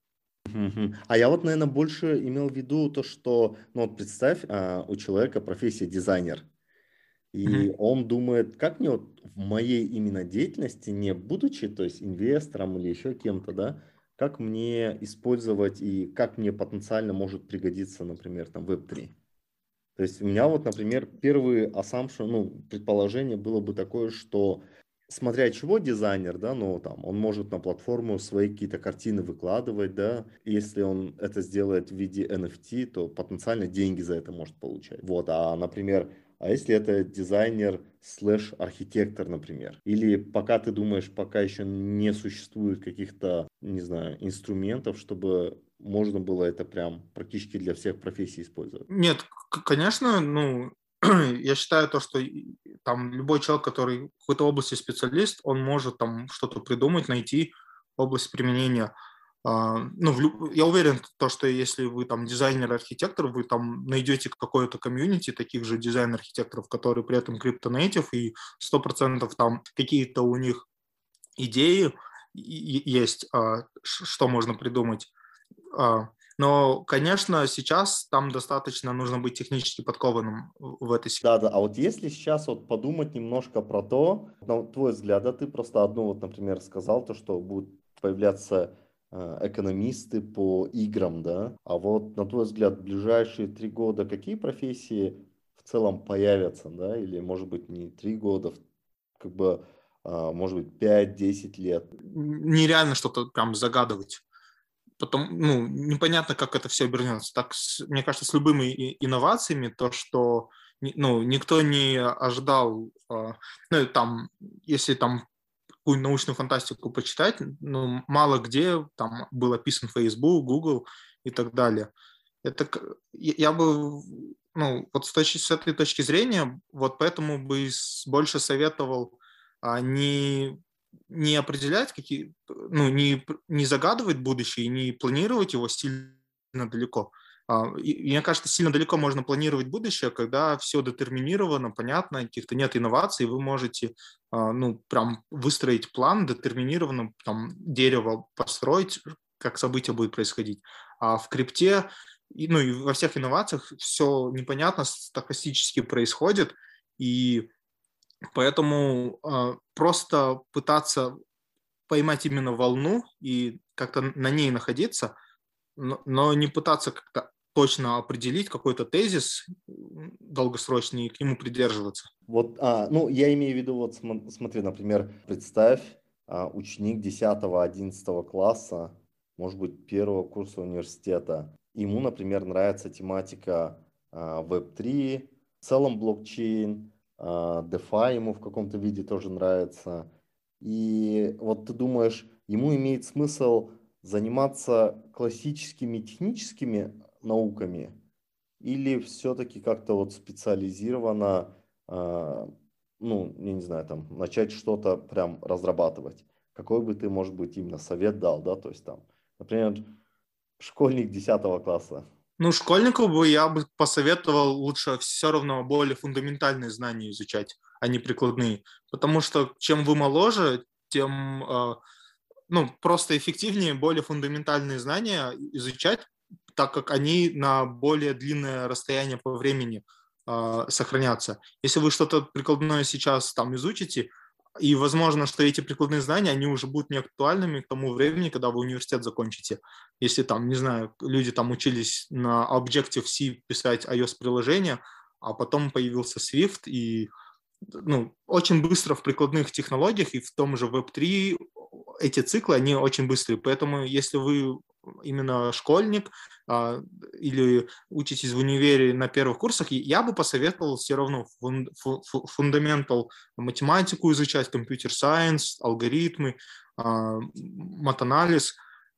А я вот, наверное, больше имел в виду то, что, ну вот представь, а, у человека профессия дизайнер, и Мгм. он думает, как мне вот в моей именно деятельности, не будучи, то есть инвестором или еще кем-то, да, как мне использовать и как мне потенциально может пригодиться, например, там веб три. То есть у меня вот, например, первый assumption, ну, предположение было бы такое, что смотря чего дизайнер, да, ну, там, он может на платформу свои какие-то картины выкладывать, да, и если он это сделает в виде эн эф ти, то потенциально деньги за это может получать. Вот, а, например, а если это дизайнер слэш архитектор, например, или пока ты думаешь, пока еще не существует каких-то, не знаю, инструментов, чтобы можно было это прям практически для всех профессий использовать? Нет, к- конечно, ну, я считаю то, что и- там любой человек, который в какой-то области специалист, он может там что-то придумать, найти область применения. А, Ну, в лю- я уверен, то, что если вы там дизайнер-архитектор, вы там найдете какое-то комьюнити таких же дизайн-архитекторов, которые при этом криптонейтив, и сто процентов там какие-то у них идеи и- и- есть, а, ш- что можно придумать. А, Но, конечно, сейчас там достаточно нужно быть технически подкованным в в этой сфере. Да, да, а вот если сейчас вот подумать немножко про то, на твой взгляд, да, ты просто одну вот, например, сказал, то, что будут появляться э, экономисты по играм, да, а вот на твой взгляд, в ближайшие три года какие профессии в целом появятся, да, или может быть не три года, в- как бы, а, может быть, пять-десять лет? Нереально что-то прям загадывать. Потом, ну, непонятно, как это все обернется. Так, с- мне кажется, с любыми и- инновациями, то, что ни- ну, никто не ожидал, а, ну, там, если там какую научную фантастику почитать, ну, мало где там был описан Facebook, Google и так далее. Это к- я я бы, ну, вот с, точки, с этой точки зрения, вот поэтому бы с- больше советовал а, не, не определять какие, ну, не, п- не загадывать будущее, не планировать его сильно далеко. А, и- и мне кажется, сильно далеко можно планировать будущее, когда все детерминировано, понятно, каких-то нет инноваций, вы можете а, ну, прям выстроить план детерминированно, там, дерево построить, как событие будет происходить. А в крипте и, ну, и во всех инновациях все непонятно, стохастически происходит, и поэтому э, просто пытаться поймать именно волну и как-то на ней находиться, но, но не пытаться как-то точно определить какой-то тезис долгосрочный и к нему придерживаться. Вот, а, ну, я имею в виду, вот см- смотри, например, представь, а, ученик десятого-одиннадцатого класса, может быть, первого курса университета. Ему, например, нравится тематика а, веб три, в целом блокчейн, а, DeFi ему в каком-то виде тоже нравится. И вот ты думаешь, ему имеет смысл заниматься классическими техническими науками, или все-таки как-то вот специализированно, а, ну, я не знаю, там, начать что-то прям разрабатывать? Какой бы ты, может быть, именно совет дал, да, то есть там, например, школьник десятого класса. Ну, школьнику бы я бы посоветовал лучше все равно более фундаментальные знания изучать, а не прикладные. Потому что чем вы моложе, тем э, ну, просто эффективнее более фундаментальные знания изучать, так как они на более длинное расстояние по времени э, сохранятся. Если вы что-то прикладное сейчас там изучите, и возможно, что эти прикладные знания, они уже будут не актуальными к тому времени, когда вы университет закончите. Если там, не знаю, люди там учились на Objective-C писать iOS-приложения, а потом появился Swift, и ну, очень быстро в прикладных технологиях и в том же веб три эти циклы, они очень быстрые. Поэтому если вы именно школьник а, или учитесь в универе на первых курсах, я бы посоветовал все равно фун, фу, фундаментал математику изучать, компьютер-сайенс, алгоритмы, а, матанализ.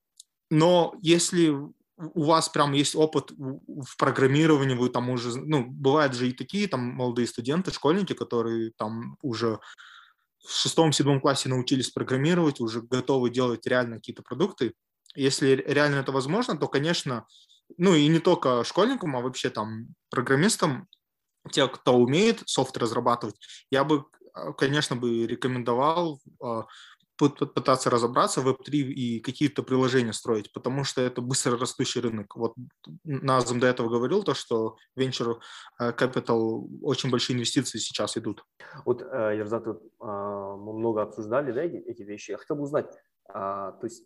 Но если у вас прям есть опыт в программировании, вы там уже, ну, бывают же и такие там молодые студенты, школьники, которые там уже в шестом-седьмом классе научились программировать, уже готовы делать реально какие-то продукты. Если реально это возможно, то, конечно, ну и не только школьникам, а вообще там программистам, те, кто умеет софт разрабатывать, я бы, конечно, бы рекомендовал пытаться разобраться в веб три и какие-то приложения строить, потому что это быстро растущий рынок. Вот Назым до этого говорил, то, что venture capital, очень большие инвестиции сейчас идут. Вот, Ерзат, вот, мы много обсуждали, да, эти вещи. Я хотел бы узнать, то есть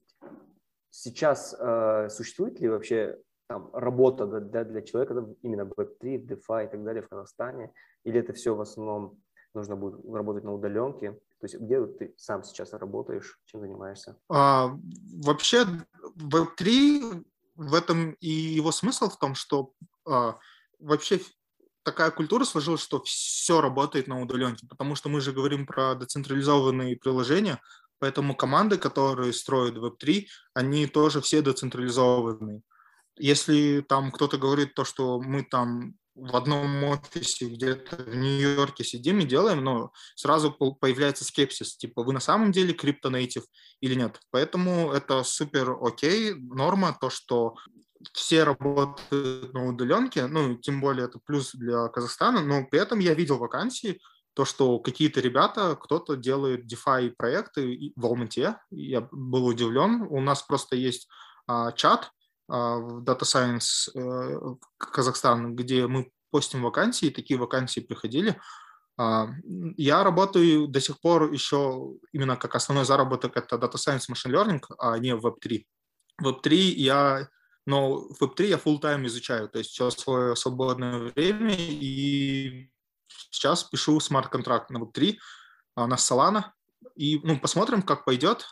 сейчас существует ли вообще там работа для, для человека именно веб три, DeFi и так далее в Казахстане, или это все в основном нужно будет работать на удаленке? То есть где ты сам сейчас работаешь, чем занимаешься? А, вообще веб три в этом и его смысл в том, что а, вообще такая культура сложилась, что все работает на удаленке, потому что мы же говорим про децентрализованные приложения, поэтому команды, которые строят веб три, они тоже все децентрализованные. Если там кто-то говорит то, что мы там в одном офисе где-то в Нью-Йорке сидим и делаем, но сразу появляется скепсис, типа, вы на самом деле криптонейтив или нет. Поэтому это супер окей, норма, то, что все работают на удаленке, ну, тем более это плюс для Казахстана, но при этом я видел вакансии, то, что какие-то ребята, кто-то делает DeFi проекты в Алмате, я был удивлен, у нас просто есть а, чат, в Data Science Казахстан, где мы постим вакансии, такие вакансии приходили. Я работаю до сих пор еще именно как основной заработок это Data Science Machine Learning, а не веб три. веб три я, но веб три я full-time изучаю, то есть все свое свободное время, и сейчас пишу смарт-контракт на веб три, на Solana. И ну, посмотрим, как пойдет.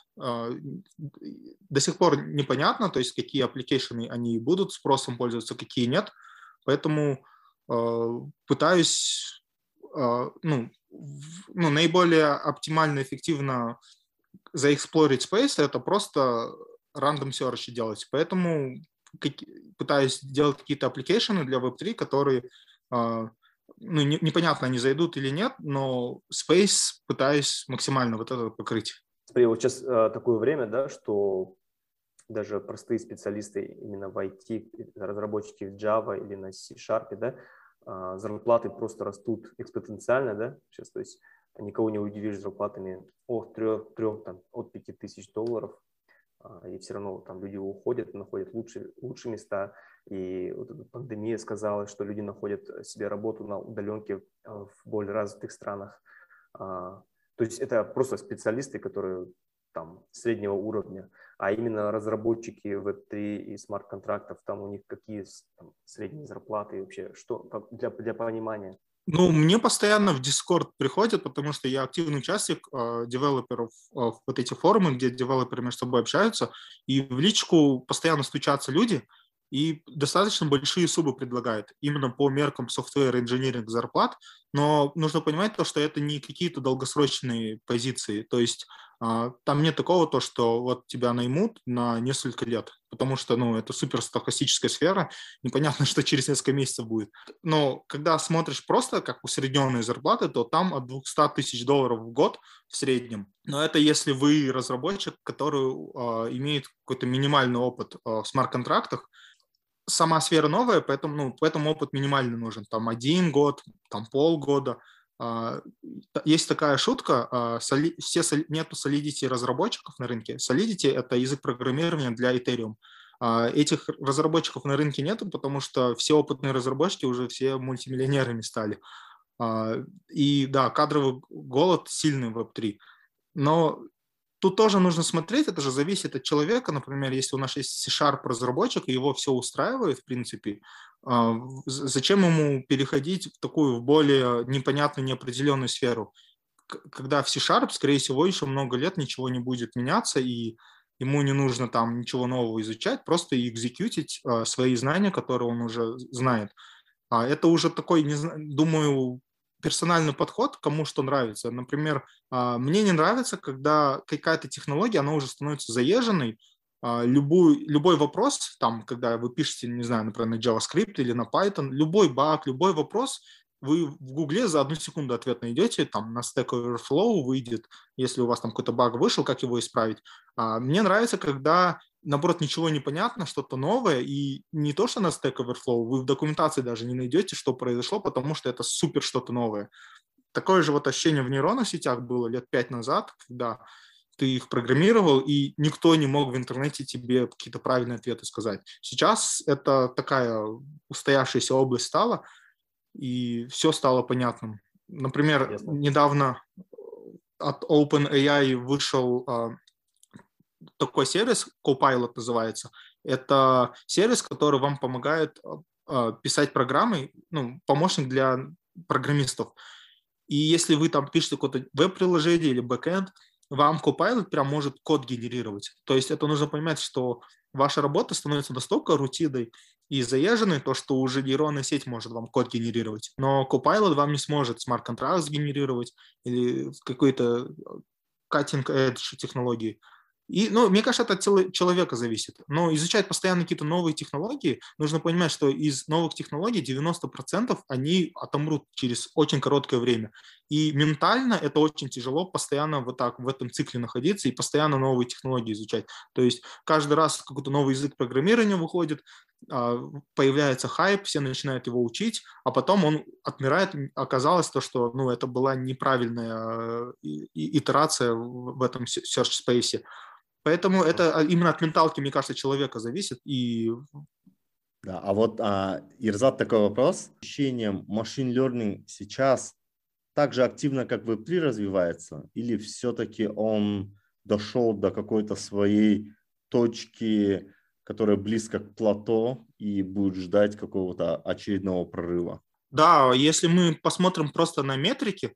До сих пор непонятно, то есть какие аппликейшены они будут спросом пользоваться, какие нет. Поэтому э, пытаюсь э, ну, в, ну, наиболее оптимально, эффективно заэксплорить space, это просто random search делать. Поэтому как, пытаюсь делать какие-то аппликейшены для веб три, которые... Э, ну, не, непонятно, они зайдут или нет, но Space пытаюсь максимально вот это покрыть. Смотри, вот сейчас э, такое время, да, что даже простые специалисты именно в ай ти, разработчики в Java или на C-Sharp, да, э, зарплаты просто растут экспоненциально, да, сейчас, то есть никого не удивишь зарплатами от трех, трех там, от пяти тысяч долларов, э, и все равно там люди уходят, находят лучшие, лучшие места. И вот эта пандемия сказала, что люди находят себе работу на удаленке в более развитых странах. То есть это просто специалисты, которые там среднего уровня, а именно разработчики веб три и смарт-контрактов, там у них какие там, средние зарплаты и вообще, что для, для понимания? Ну, мне постоянно в Discord приходят, потому что я активный участник э, девелоперов э, в вот эти форумы, где девелоперы между собой общаются, и в личку постоянно стучатся люди, и достаточно большие суммы предлагают именно по меркам software engineering зарплат, но нужно понимать то, что это не какие-то долгосрочные позиции, то есть а, там нет такого, то, что вот тебя наймут на несколько лет, потому что ну, это супер стохастическая сфера, непонятно, что через несколько месяцев будет. Но когда смотришь просто как усредненные зарплаты, то там от двухсот тысяч долларов в год в среднем. Но это если вы разработчик, который а, имеет какой-то минимальный опыт а, в смарт-контрактах. Сама сфера новая, поэтому, ну, поэтому опыт минимальный нужен. Там один год, там полгода. Есть такая шутка, соли, все, нету Solidity разработчиков на рынке. Solidity – это язык программирования для Ethereum. Этих разработчиков на рынке нету, потому что все опытные разработчики уже все мультимиллионерами стали. И да, кадровый голод сильный в веб три. Но тут тоже нужно смотреть, это же зависит от человека. Например, если у нас есть C-Sharp разработчик, и его все устраивает, в принципе, зачем ему переходить в такую в более непонятную, неопределенную сферу? Когда в C-Sharp, скорее всего, еще много лет ничего не будет меняться, и ему не нужно там ничего нового изучать, просто экзекьютить свои знания, которые он уже знает. Это уже такой, не знаю, думаю, персональный подход, кому что нравится. Например, мне не нравится, когда какая-то технология, она уже становится заезженной. Любой, любой вопрос, там, когда вы пишете, не знаю, например, на JavaScript или на Python, любой баг, любой вопрос, вы в Гугле за одну секунду ответ найдете, там на Stack Overflow выйдет, если у вас там какой-то баг вышел, как его исправить. Мне нравится, когда наоборот, ничего не понятно, что-то новое, и не то, что на Stack Overflow, вы в документации даже не найдете, что произошло, потому что это супер что-то новое. Такое же вот ощущение в нейронных сетях было лет пять назад, когда ты их программировал, и никто не мог в интернете тебе какие-то правильные ответы сказать. Сейчас это такая устоявшаяся область стала, и все стало понятным. Например, Ясно. недавно от OpenAI вышел такой сервис, Copilot называется. Это сервис, который вам помогает э, писать программы, ну, помощник для программистов. И если вы там пишете какое-то веб-приложение или бэкэнд, вам Copilot прям может код генерировать. То есть это нужно понимать, что ваша работа становится настолько рутиной и заезженной, то, что уже нейронная сеть может вам код генерировать. Но Copilot вам не сможет смарт-контракт сгенерировать или какой-то cutting-edge технологии. И, ну, мне кажется, это от человека зависит. Но изучать постоянно какие-то новые технологии, нужно понимать, что из новых технологий девяносто процентов они отомрут через очень короткое время. И ментально это очень тяжело постоянно вот так в этом цикле находиться и постоянно новые технологии изучать. То есть каждый раз какой-то новый язык программирования выходит, появляется хайп, все начинают его учить, а потом он отмирает. Оказалось то, что ну, это была неправильная итерация в этом search space. Поэтому это именно от менталки, мне кажется, человека зависит. И... Да, а вот, а, Ирзат, такой вопрос. Ощущением machine learning сейчас так же активно, как веб три развивается? Или все-таки он дошел до какой-то своей точки, которая близко к плато и будет ждать какого-то очередного прорыва? Да, если мы посмотрим просто на метрики,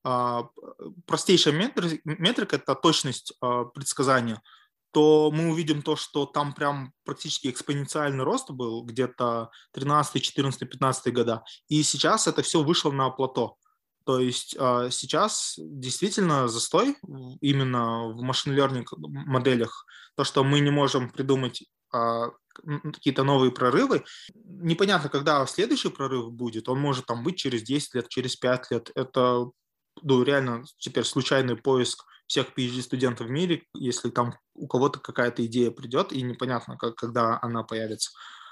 простейшая метрика – это точность предсказания, то мы увидим то, что там прям практически экспоненциальный рост был где-то тринадцатый, четырнадцатый, пятнадцатый года. И сейчас это все вышло на плато. То есть сейчас действительно застой именно в машин learning моделях. То, что мы не можем придумать какие-то новые прорывы. Непонятно, когда следующий прорыв будет. Он может там быть через десять лет, через пять лет. Это ну, реально теперь случайный поиск всех пи эйч ди-студентов в мире, если там у кого-то какая-то идея придет, и непонятно, как, когда она появится.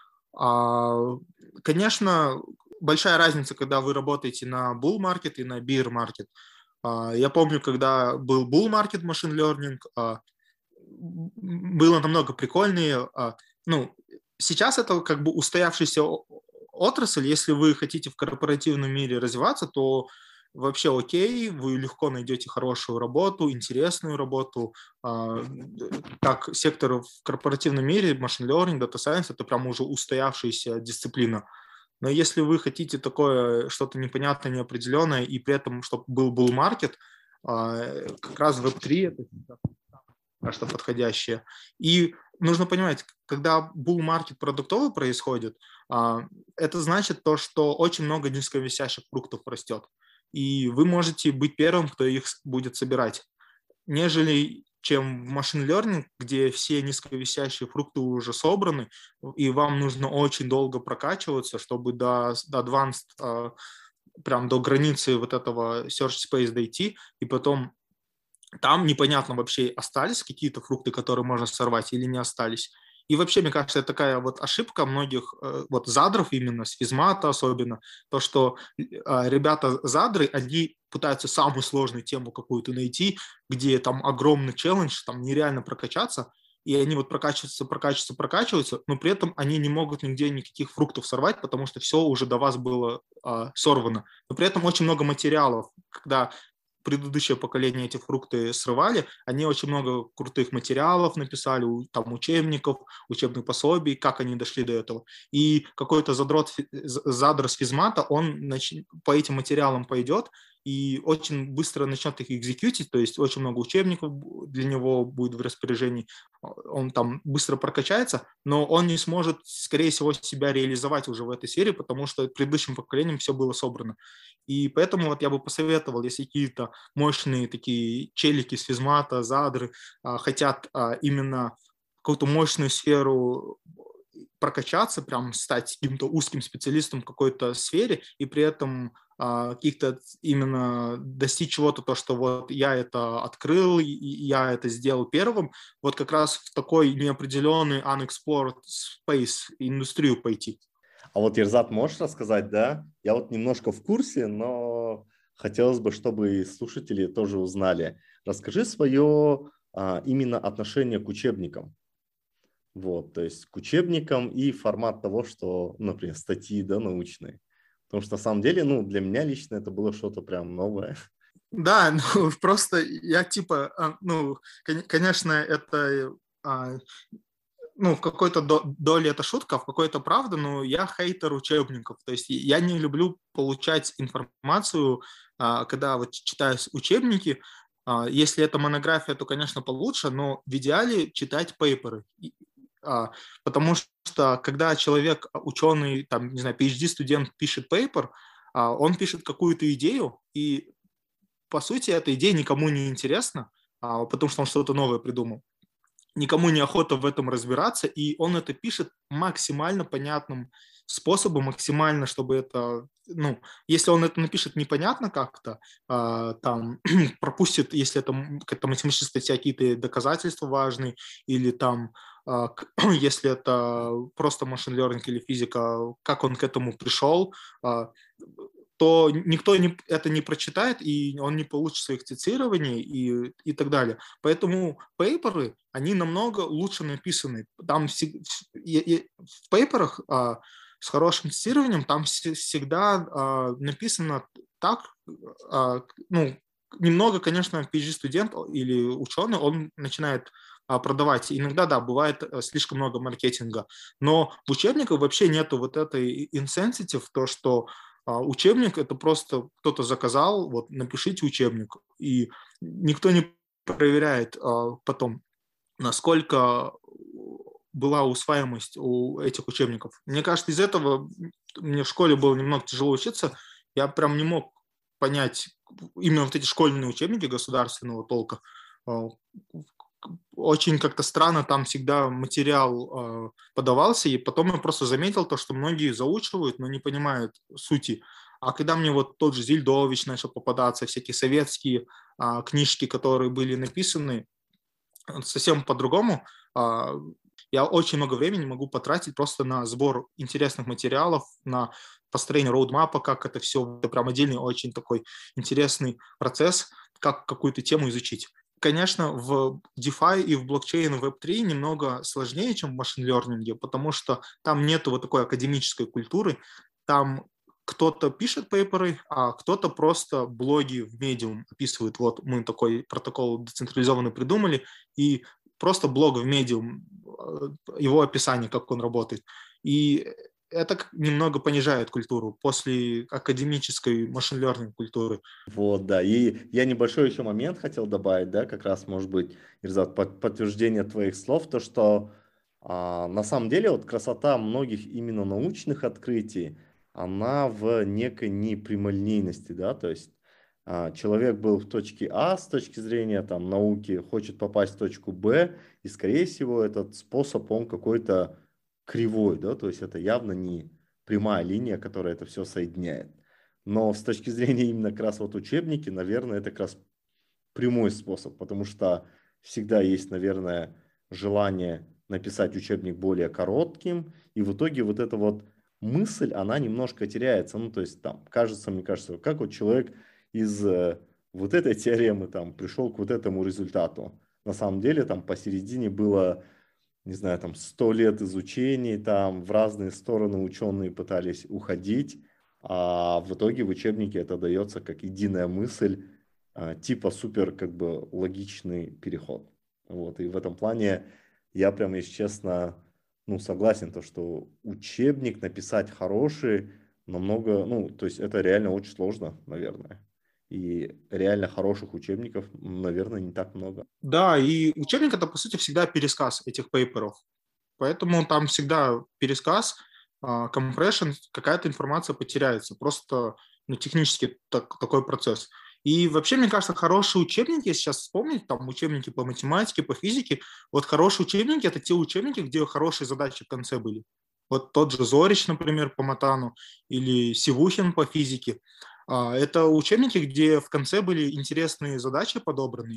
А, конечно, большая разница, когда вы работаете на bull market и на bear market. А, я помню, когда был bull market machine learning, а, было намного прикольнее. А, ну, сейчас это как бы устоявшаяся отрасль. Если вы хотите в корпоративном мире развиваться, то вообще окей, вы легко найдете хорошую работу, интересную работу. Как сектор в корпоративном мире, machine learning, data science – это прям уже устоявшаяся дисциплина. Но если вы хотите такое что-то непонятное, неопределенное, и при этом, чтобы был bull market, как раз веб три – это что подходящее. И нужно понимать, когда bull market продуктовый происходит, это значит то, что очень много низковисящих фруктов растет. И вы можете быть первым, кто их будет собирать, нежели чем в machine learning, где все низковисящие фрукты уже собраны, и вам нужно очень долго прокачиваться, чтобы до, до advanced, прям до границы вот этого search space дойти, и потом там непонятно вообще, остались какие-то фрукты, которые можно сорвать, или не остались. И вообще, мне кажется, это такая вот ошибка многих вот задров, именно с физмата особенно, то, что ребята-задры, они пытаются самую сложную тему какую-то найти, где там огромный челлендж, там нереально прокачаться, и они вот прокачиваются, прокачиваются, прокачиваются, но при этом они не могут нигде никаких фруктов сорвать, потому что все уже до вас было а, сорвано. Но при этом очень много материалов, когда предыдущее поколение эти фрукты срывали, они очень много крутых материалов написали, там учебников, учебных пособий, как они дошли до этого. И какой-то задрот, задр с физмата, он нач... по этим материалам пойдет и очень быстро начнет их экзекьютить, то есть очень много учебников для него будет в распоряжении, он там быстро прокачается, но он не сможет, скорее всего, себя реализовать уже в этой сфере, потому что предыдущим поколением все было собрано. И поэтому вот я бы посоветовал, если какие-то мощные такие челики с физмата, задры а, хотят а, именно какую-то мощную сферу прокачаться, прям стать каким-то узким специалистом в какой-то сфере, и при этом а, каких-то именно достичь чего-то, то, что вот я это открыл, и я это сделал первым, вот как раз в такой неопределенный unexplored space индустрию пойти. А вот, Ирзат, можешь рассказать, да? Я вот немножко в курсе, но хотелось бы, чтобы и слушатели тоже узнали. Расскажи свое а, именно отношение к учебникам. Вот, то есть к учебникам и формат того, что, например, статьи, да, научные. Потому что на самом деле, ну, для меня лично это было что-то прям новое. Да, ну, просто я типа, ну, конечно, это... ну, в какой-то до- доле это шутка, а в какой-то правда, но я хейтер учебников. То есть я не люблю получать информацию, а, когда вот читаю с- учебники. А, Если это монография, то, конечно, получше, но в идеале читать пейперы. И- а, Потому что когда человек, а, ученый, там, не знаю, PhD-студент пишет пейпер, а, он пишет какую-то идею, и, по сути, эта идея никому не интересна, а, потому что он что-то новое придумал. Никому не охота в этом разбираться, и он это пишет максимально понятным способом, максимально, чтобы это, ну, если он это напишет непонятно как-то, а, там, пропустит, если это м, какая-то математическая статья, какие-то доказательства важные, или там, а, к- если это просто машин learning или физика, как он к этому пришел, а, то никто не, это не прочитает, и он не получит своих цитирований и, и так далее. Поэтому пейперы, они намного лучше написаны. Там всег- и- и в пейперах а, с хорошим цитированием там все- всегда а, написано так, а, ну, немного, конечно, PhD-студент или ученый, он начинает а, продавать. Иногда, да, бывает а, слишком много маркетинга, но в учебниках вообще нету вот этой incentive, то, что а учебник это просто кто-то заказал, вот напишите учебник, и никто не проверяет а, потом, насколько была усваиваемость у этих учебников. Мне кажется, из этого мне в школе было немного тяжело учиться, я прям не мог понять именно вот эти школьные учебники государственного толка. А, Очень как-то странно там всегда материал э, подавался, и потом я просто заметил то, что многие заучивают, но не понимают сути. А когда мне вот тот же Зельдович начал попадаться, всякие советские а, книжки, которые были написаны совсем по-другому, а, я очень много времени могу потратить просто на сбор интересных материалов, на построение роудмапа, как это все, это прям отдельный очень такой интересный процесс, как какую-то тему изучить. Конечно, в DeFi и в блокчейн веб три немного сложнее, чем в машин-лернинге, потому что там нету вот такой академической культуры, там кто-то пишет пейперы, а кто-то просто блоги в Medium описывает. Вот мы такой протокол децентрализованный придумали, и просто блог в Medium, его описание, как он работает. И это немного понижает культуру после академической машин-лернинг культуры. Вот, да. И я небольшой еще момент хотел добавить, да, как раз, может быть, Ирзат, под- подтверждение твоих слов, то, что а, на самом деле вот красота многих именно научных открытий, она в некой непрямолинейности, да, то есть а, человек был в точке А с точки зрения там науки, хочет попасть в точку Б, и, скорее всего, этот способ, он какой-то кривой, да, то есть это явно не прямая линия, которая это все соединяет. Но с точки зрения именно как раз вот учебники, наверное, это как раз прямой способ, потому что всегда есть, наверное, желание написать учебник более коротким, и в итоге вот эта вот мысль, она немножко теряется. Ну, то есть там, кажется, мне кажется, как вот человек из э, вот этой теоремы там пришел к вот этому результату. На самом деле там посередине было, не знаю, там сто лет изучений, там в разные стороны ученые пытались уходить, а в итоге в учебнике это дается как единая мысль, а, типа супер как бы логичный переход. Вот, и в этом плане я прям, если честно, ну, согласен, то, что учебник написать хороший намного, ну, то есть это реально очень сложно, наверное. И реально хороших учебников, наверное, не так много. Да, и учебник это, по сути, всегда пересказ этих пейперов. Поэтому там всегда пересказ, компрессион, какая-то информация потеряется. Просто ну, технически так, такой процесс. И вообще, мне кажется, хорошие учебники, если сейчас вспомнить, там учебники по математике, по физике, вот хорошие учебники – это те учебники, где хорошие задачи в конце были. Вот тот же Зорич, например, по матану, или Сивухин по физике. А, Это учебники, где в конце были интересные задачи подобраны,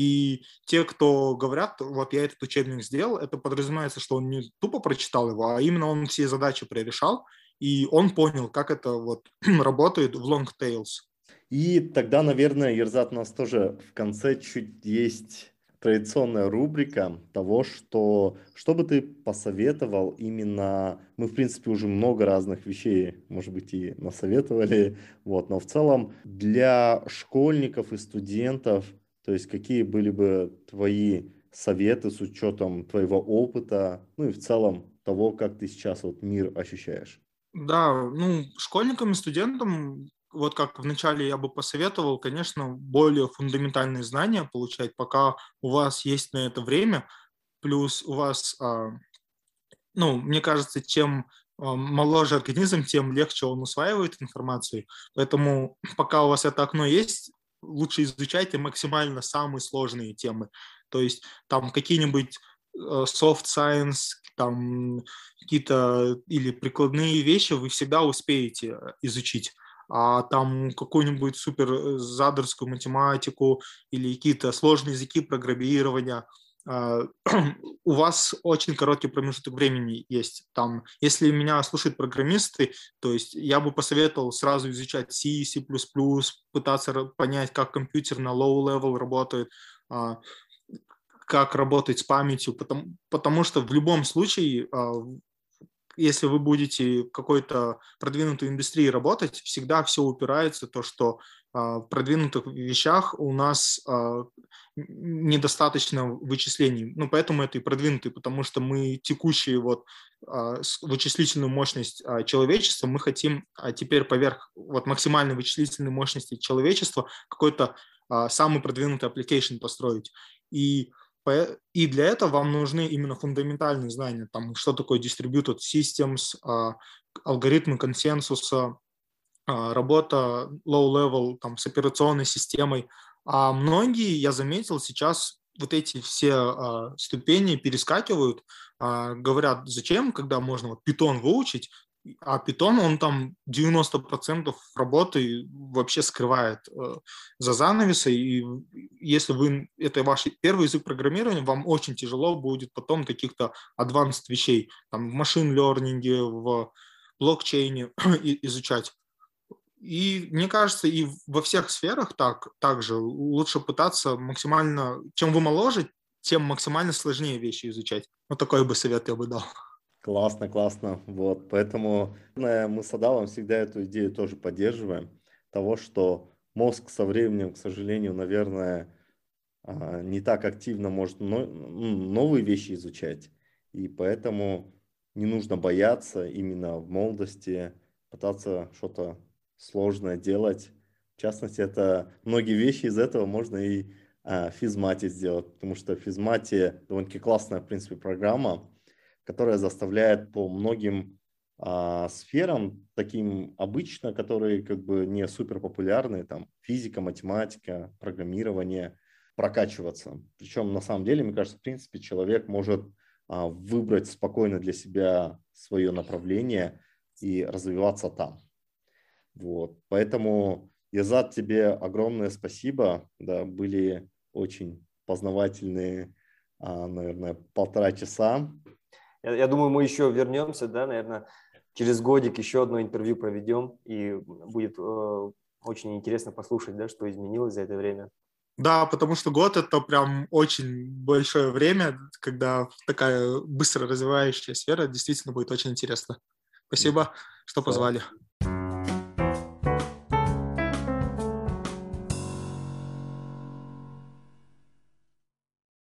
и те, кто говорят, вот я этот учебник сделал, это подразумевается, что он не тупо прочитал его, а именно он все задачи прорешал, и он понял, как это вот работает в long tails. И тогда, наверное, Ерзат, у нас тоже в конце чуть есть традиционная рубрика того, что, что бы ты посоветовал именно, мы, в принципе, уже много разных вещей, может быть, и насоветовали, вот, но в целом для школьников и студентов, то есть какие были бы твои советы с учетом твоего опыта, ну и в целом того, как ты сейчас вот мир ощущаешь? Да, ну, школьникам и студентам, вот как вначале я бы посоветовал, конечно, более фундаментальные знания получать, пока у вас есть на это время, плюс у вас, а, ну, мне кажется, чем а, моложе организм, тем легче он усваивает информацию, поэтому пока у вас это окно есть, лучше изучайте максимально самые сложные темы, то есть там какие-нибудь э, soft science, там какие-то или прикладные вещи вы всегда успеете э, изучить. А там какую-нибудь супер э, задорскую математику или какие-то сложные языки программирования, э, у вас очень короткий промежуток времени есть. Там, если меня слушают программисты, то есть я бы посоветовал сразу изучать C, C++, пытаться ра- понять, как компьютер на low-level работает, а, как работать с памятью, потому, потому что в любом случае, а, если вы будете в какой-то продвинутой индустрии работать, всегда все упирается в то, что а, в продвинутых вещах у нас а, недостаточно вычислений. Ну, поэтому это и продвинутые, потому что мы текущие вот а, с- вычислительную мощность а, человечества, мы хотим а, теперь поверх вот максимальной вычислительной мощности человечества какой-то а, самый продвинутый application построить. И Пое- И для этого вам нужны именно фундаментальные знания, там, что такое distributed systems, а, алгоритмы консенсуса, а, работа low-level там, с операционной системой. А многие, я заметил, сейчас вот эти все а, ступени перескакивают, а, говорят, зачем, когда можно вот Python выучить, а Python, он там девяносто процентов работы вообще скрывает э, за занавесой, и если вы, это ваш первый язык программирования, вам очень тяжело будет потом каких-то advanced вещей, там в машин-лернинге, в блокчейне изучать. И мне кажется, и во всех сферах так, также лучше пытаться максимально, чем вы моложе, тем максимально сложнее вещи изучать. Вот такой бы совет я бы дал. Классно, классно. Вот, поэтому наверное, мы с Адалом всегда эту идею тоже поддерживаем, того, что мозг со временем, к сожалению, наверное, а, не так активно может но- ну, новые вещи изучать, и поэтому не нужно бояться именно в молодости пытаться что-то сложное делать. В частности, это многие вещи из этого можно и а, в физмате сделать, потому что в физмате довольно-таки классная, в принципе, программа, которая заставляет по многим а, сферам, таким обычно, которые как бы не супер популярные, там физика, математика, программирование, прокачиваться. Причем на самом деле, мне кажется, в принципе, человек может а, выбрать спокойно для себя свое направление и развиваться там. Вот. Поэтому, Язат, тебе огромное спасибо. Да, были очень познавательные, а, наверное, полтора часа. Я, я думаю, мы еще вернемся, да, наверное, через годик еще одно интервью проведем, и будет э, очень интересно послушать, да, что изменилось за это время. Да, потому что год – это прям очень большое время, когда такая быстро развивающая сфера, действительно будет очень интересно. Спасибо, что Все. позвали.